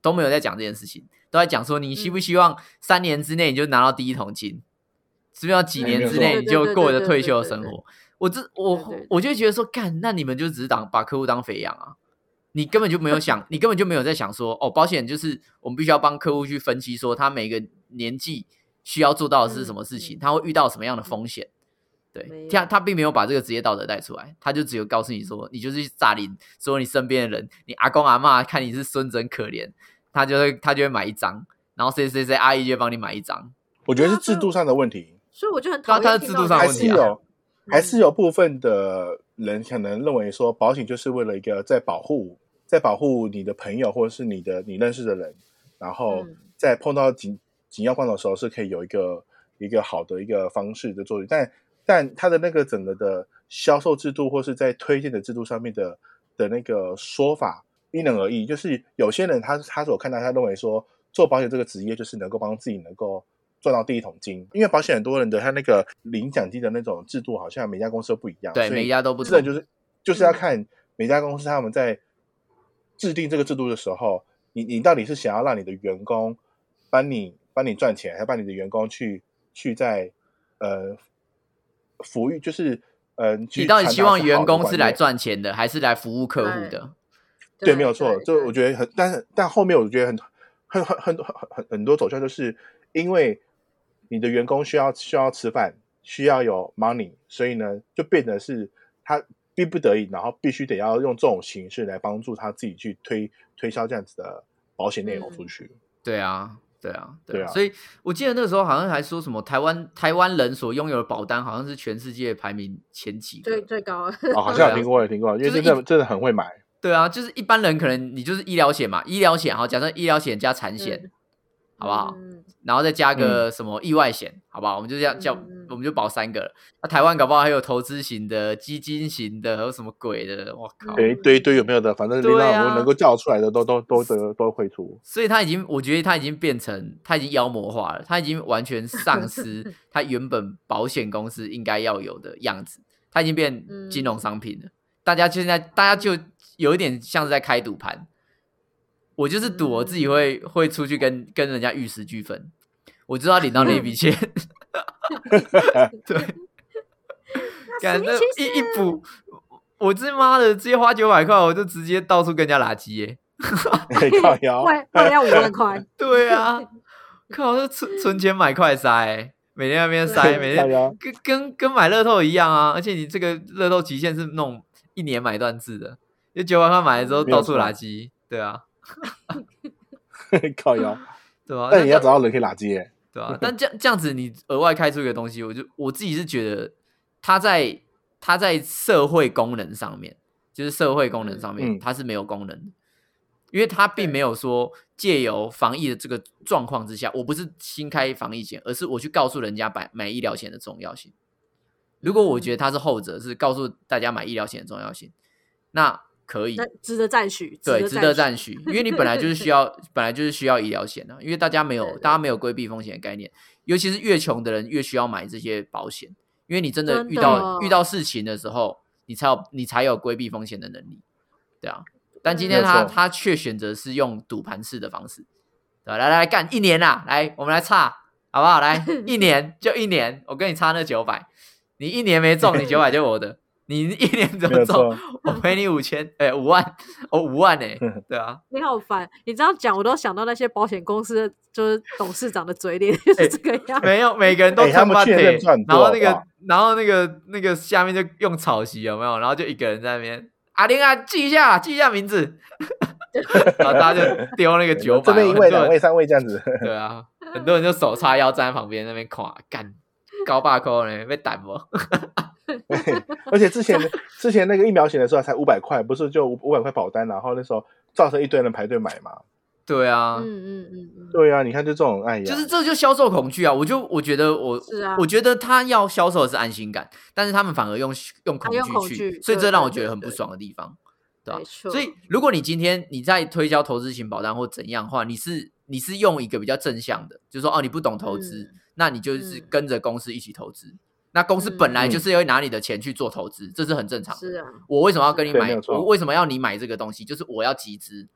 都没有在讲这件事情，都在讲说你希不希望三年之内你就拿到第一桶金，是不是要几年之内你就过着退休的生活？我这我我就觉得说，干，那你们就只是当把客户当肥羊啊，你根本就没有想，你根本就没有在想说，哦，保险就是我们必须要帮客户去分析说他每个年纪需要做到的是什么事情，他会遇到什么样的风险。对，他他并没有把这个职业道德带出来，他就只有告诉你说，你就是去诈领所有你身边的人，你阿公阿嬷看你是孙子很可怜，他就会他就会买一张，然后谁谁谁阿姨就会帮你买一张。 我觉得是制度上的问题， 所以我就很讨厌。 他的制度上的问题、啊、 还是有还是有部分的人可能认为说，保险就是为了一个在保护在保护你的朋友或者是你的你认识的人，然后在碰到紧紧要关头的时候是可以有一个一个好的一个方式的作用，但但它的那个整个的销售制度或是在推荐的制度上面的的那个说法因人而异，就是有些人他他所看到他认为说做保险这个职业就是能够帮自己能够赚到第一桶金，因为保险很多人的他那个领奖金的那种制度好像每家公司都不一样， 对，每家都不同， 真的就是就是要看每家公司他们在制定这个制度的时候，你你到底是想要让你的员工帮你帮你赚钱，还是帮你的员工去去在呃服务，就是呃， 你到底希望员工是来赚钱的，还是来服务客户的？ 对，对没有错。就我觉得很，但是但后面我觉得很很很很很很多走向，就是因为你的员工需要需要吃饭，需要有 money， 所以呢，就变得是他逼不得已，然后必须得要用这种形式来帮助他自己去推推销这样子的保险内容出去。 嗯、对啊。对啊，对啊， 对啊， 所以我记得那个时候好像还说什么台湾台湾人所拥有的保单好像是全世界排名前几个， 最最高。 哦，好像有听过，有听过，因为真的真的很会买。 对啊，就是一般人可能你就是医疗险嘛，医疗险好，假设医疗险加产险、嗯，好不好？嗯、然后再加个什么意外险、嗯，好不好？我们就这样叫、嗯，我们就保三个了。那、啊、台湾搞不好还有投资型的、基金型的，还有什么鬼的？我靠， 对，一堆一堆有没有的？反正你让我能够叫出来的都都都都都会出。 所以他已经，我觉得他已经变成，他已经妖魔化了，他已经完全丧失他原本保险公司应该要有的样子，他已经变金融商品了。嗯、大家现在大家就有一点像是在开赌盘。我就是赌我自己会、嗯、会出去跟跟人家玉石俱焚，我知道领到那笔钱，对，感觉一一补，我这妈的直接花九百块，我就直接到处跟人家拉鸡耶， 靠腰， 快要五万块， 对啊，靠，这存存钱买快塞，每天在那边塞，每天跟跟跟买乐透一样啊，而且你这个乐透期限是那种一年买断制的，就九百块买了之后到处拉鸡，对啊。 靠腰， 对吧、啊？ 但你要找到人可以拉鸡耶， 对吧、啊？但这样这样子，你额外开出一个东西，我就我自己是觉得，它在它在社会功能上面，就是社会功能上面，嗯、它是没有功能的，因为它并没有说借由防疫的这个状况之下，我不是新开防疫险，而是我去告诉人家买买医疗险的重要性。如果我觉得它是后者，是告诉大家买医疗险的重要性，那。可以， 值得赞许。 对，值得赞许，因为你本来就是需要，本来就是需要医疗险的，因为大家没有，对对大家没有规避风险的概念，尤其是越穷的人越需要买这些保险，因为你真的遇到遇到事情的时候，你才有你才有规避风险的能力，对啊。但今天他他却选择是用赌盘式的方式，对吧？来来干一年啦，来我们来差好不好？来一年就一年，我跟你差那九百，你一年没中，你九百就我的。你一年怎么中？我赔你五千，哎、欸，五万，哦，五万哎、欸，对啊。 你好烦，你这样讲，我都想到那些保险公司就是董事长的嘴脸，就是这个样、 欸。没有，每个人都撑巴铁，然后那个，然后那个那个下面就用草席有没有？然后就一个人在那边，阿玲啊，记一下，记一下名字，然后大家就丢那个九百， 这边一位、两位、三位这样子。 对啊，很多人就手叉腰站在旁边那边看，干高八块呢，被逮不？ 而且之前之前那个疫苗险的时候才五百块，不是就五百块保单，然后那时候造成一堆人排队买嘛。 对啊， 嗯嗯嗯嗯， 对啊，你看就这种，哎呀， 就是这就销售恐惧啊！我就我觉得我， 是啊， 我觉得他要销售的是安心感，但是他们反而用用恐惧去，所以这让我觉得很不爽的地方，对吧、啊？所以如果你今天你在推销投资型保单或怎样的话，你是你是用一个比较正向的，就是说哦，你不懂投资、嗯，那你就是跟着公司一起投资。嗯，那公司本来就是要拿你的钱去做投资、嗯，这是很正常的。 是啊， 我为什么要跟你买？我为什么要你买这个东西？就是我要集资。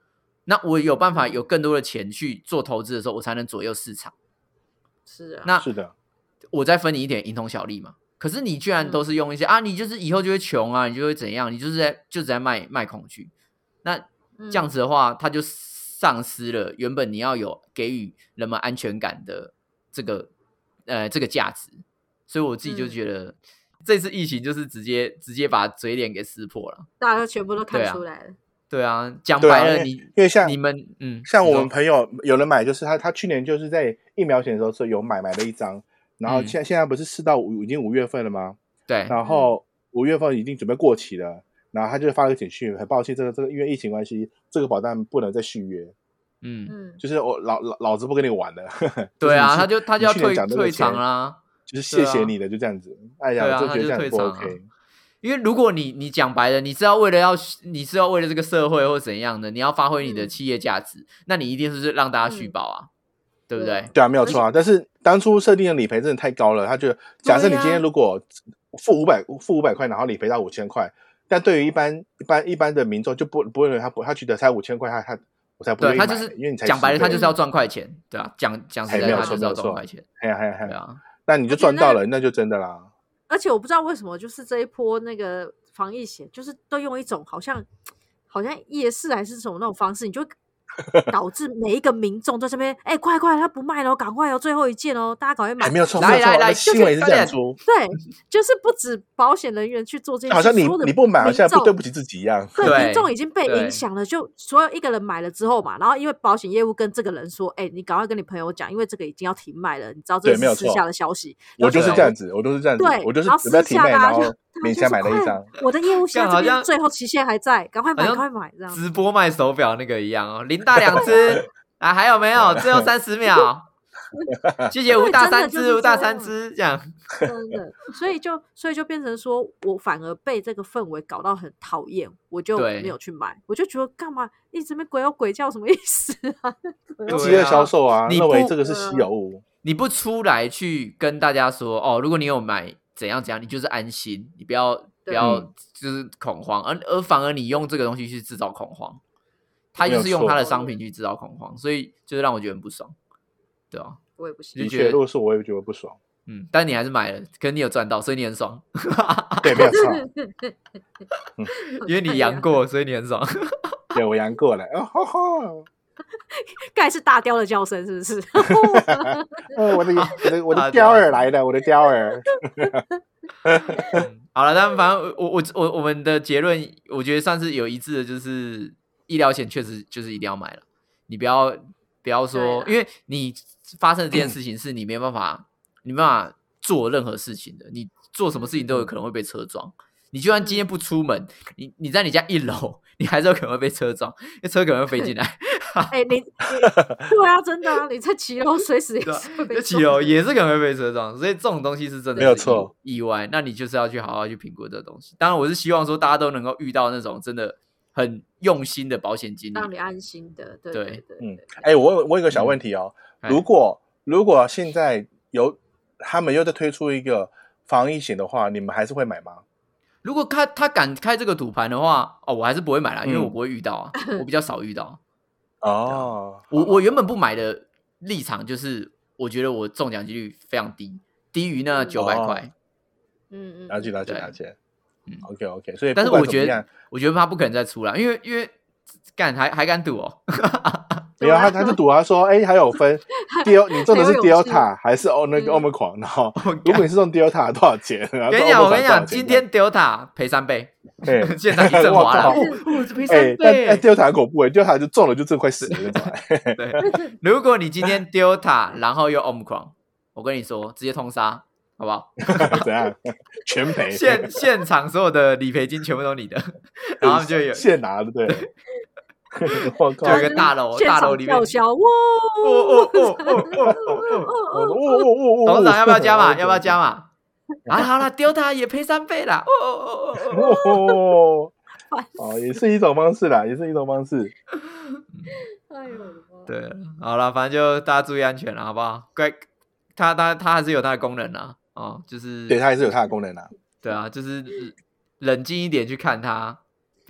那我有办法有更多的钱去做投资的时候，我才能左右市场。 是啊， 那是的， 我再分你一点蝇头小利嘛。可是你居然都是用一些、嗯、啊，你就是以后就会穷啊，你就会怎样，你就是在就在卖卖恐惧。那这样子的话，它就丧失了原本你要有给予人们安全感的这个呃这个价值。所以我自己就觉得、嗯、这次疫情就是直接直接把嘴脸给撕破了， 大家全部都看出来了。 对啊，讲白了，你、 啊、因为像你们嗯， 像我们朋友有人买，就是他他去年就是在疫苗前的时候是有买买了一张。然后现在、嗯、现在不是四到五已经五月份了吗？ 对。 然后五月份已经准备过期了，然后他就发了个简讯，很抱歉，这个这个因为疫情关系，这个保单不能再续约。嗯，就是我老老老子不跟你玩了。 对啊，他就他就要退退场啦， 就是谢谢你的、啊、就这样子。哎呀，我就觉得这样很不 OK。 因为如果你你讲白了，你是要为了要你是要为了这个社会或怎样的，你要发挥你的企业价值，嗯、那你一定是让大家续保啊。嗯，对不对？ 对啊，没有错啊。但是当初设定的理赔真的太高了，他觉得假设你今天如果付五百付五百块，然后理赔到五千块，但对于一般一般一般的民众就不不会认为他不他觉得才五千块，他他我才不会买， 对他就是因为你才讲白了，他就是要赚快钱，对啊，讲讲实在， 他就是要赚快钱， 哎呀哎呀哎呀，那你就赚到了，那就真的啦。 而且我不知道为什么，就是这一波那个防疫险，就是都用一种好像好像夜市还是什么那种方式，你就导致每一个民众在这边，哎、欸，快快，他不卖了，赶快哦，最后一件哦，大家赶快买。 哎、没有错， 来来来， 新闻是这样出， 对，就是不止保险人员去做这件事， 好像你你不买，好像不对不起自己一样。 对，民众已经被影响了，就所有一个人买了之后嘛，然后因为保险业务跟这个人说，哎、欸，你赶快跟你朋友讲，因为这个已经要停卖了，你知道这是私下的消息。 我就是这样子，我都是这样子， 对， 我就是准备停卖，然后勉强买了一张。 我的业务现在这边最后期限还在，赶快买，赶快买，这样直播卖手表那个一样哦，零大两只。啊，还有没有？最后三十秒，谢谢吴大三只，吴大三只，这样真的，所以就所以就变成说，我反而被这个氛围搞到很讨厌，我就没有去买，我就觉得干嘛一直没鬼有鬼叫，什么意思啊？ 饥饿销售啊，认为这个是稀有物， 你不出来去跟大家说哦，如果你有买怎样怎样，你就是安心，你不要不要就是恐慌，而而反而你用这个东西去制造恐慌。他就是用他的商品去制造恐慌，所以就是让我觉得很不爽，对吧、啊？ 我也不行， 的确，如果是我也觉得不爽。 嗯，但你还是买了，可是你有赚到，所以你很爽。 对，没有错。 嗯、因为你阳过，所以你很爽。 对，我阳过了。哦吼吼！ 该是大雕的叫声，是不是？ 哦、我的我的我的雕儿来了，我的雕儿。 嗯、好了，但反正我我我我们的结论，我觉得算是有一致的，就是医疗险确实就是一定要买了。你不要不要说，因为你发生的这件事情是你没有办法，你没办法做任何事情的。你做什么事情都有可能会被车撞。你就算今天不出门，你你在你家一楼，你还是有可能会被车撞，因为车可能会飞进来。 哎、欸，你对啊，真的啊，你在骑楼随时也是会被撞， 骑楼也是可能会被车撞，所以这种东西是真的没有错意外。那你就是要去好好去评估这个东西。当然，我是希望说大家都能够遇到那种真的很用心的保险经理， 让你安心的。对对 对, 对， 嗯，哎、欸，我我有个小问题哦，嗯、如果如果现在有他们又在推出一个防疫险的话，你们还是会买吗？ 如果他他敢开这个赌盘的话，哦，我还是不会买啦，因为我不会遇到啊，嗯、我比较少遇到。 哦， 我我原本不买的立场就是，我觉得我中奖几率非常低，低于那九百块。 嗯嗯， 了解了解了解。嗯 ，OK OK， 所以但是我觉得，我觉得他不可能再出来，因为因为干还还敢赌哦。 没有，他他就赌他说，哎、欸，还有分 Del， 你中的是 Delta 还是哦那个 Omicron？、嗯、然后如果你是中 Delta 多少钱？ 跟你讲，我跟你讲，今天 Delta 赔三倍，对，现在一阵滑了，哦，赔三倍。 哎 ，Delta 很恐怖哎 ，Delta 就中了就这快死了那种。 对，如果你今天 Delta 然后又 Omicron， 我跟你说，直接通杀，好不好？ 怎样？全赔。 现现场所有的理赔金全部都你的，然后就有现拿的，对。 我靠！就一个大楼，大楼里面叫嚣哇！ 哦哦哦哦哦哦！董事长要不要加码？要不要加码？啊，好了，丢他也赔三倍啦！哦哦哦哦哦！哦，也是一种方式啦，也是一种方式。 哎呦， 对，好了，反正就大家注意安全了，好不好？乖，它它它还是有它的功能啦，哦，就是对，它还是有它的功能啦。 对啊，就是冷静一点去看它。不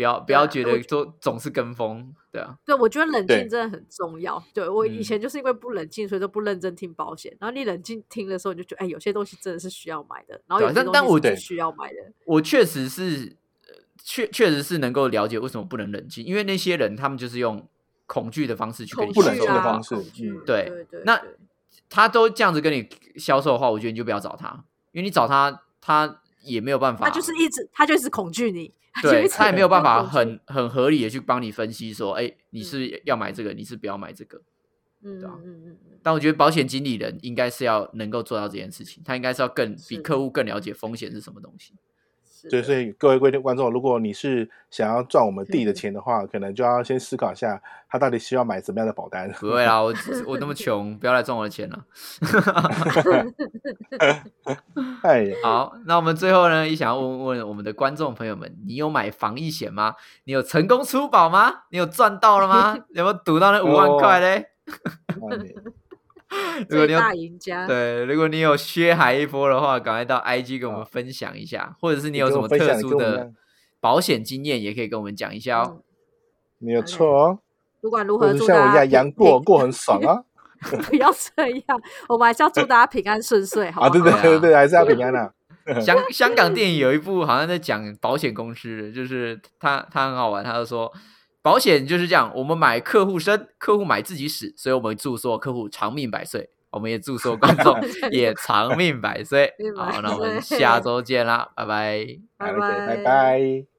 不要不要觉得说总是跟风，对啊。 对，我觉得冷静真的很重要。对，我以前就是因为不冷静，所以都不认真听保险。然后你冷静听的时候，你就觉得，哎，有些东西真的是需要买的，然后有些东西是不需要买的。 我确实是，确确实是能够了解为什么不能冷静，因为那些人他们就是用恐惧的方式去跟你不冷静的方式， 嗯， 对对对。 那他都这样子跟你销售的话，我觉得你就不要找他，因为你找他，他也没有办法， 他就是一直他就一直恐惧你。 对，他也没有办法很很合理的去帮你分析说，哎，你是要买这个，你是不要买这个， 嗯， 对吧？ 嗯嗯嗯。 但我觉得保险经理人应该是要能够做到这件事情，他应该是要更比客户更了解风险是什么东西。 对，所以各位观众观众，如果你是想要赚我们弟的钱的话，可能就要先思考一下，他到底需要买什么样的保单。 不会啦，我我那么穷，不要来赚我的钱了。 哎， 好，那我们最后呢，也想要问问我们的观众朋友们，你有买防疫险吗？你有成功出保吗？你有赚到了吗？有没有赌到那五万块嘞？如果你有大赢家， 对，如果你有削海一波的话，赶快到 I G 跟我们分享一下，或者是你有什么特殊的保险经验，也可以跟我们讲一下哦。 没有错哦。 不管如何，祝像我一样阳过过很爽啊！ 不要这样，我们还是要祝大家平安顺遂，好不好？ 啊，对对对对，还是要平安啊。 香香港电影有一部好像在讲保险公司，就是他他很好玩，他就说。保险就是这样，我们买客户生，客户买自己死，所以我们祝所有客户长命百岁，我们也祝所有观众也长命百岁。好，那我们下周见啦，拜拜， 拜拜， 拜拜。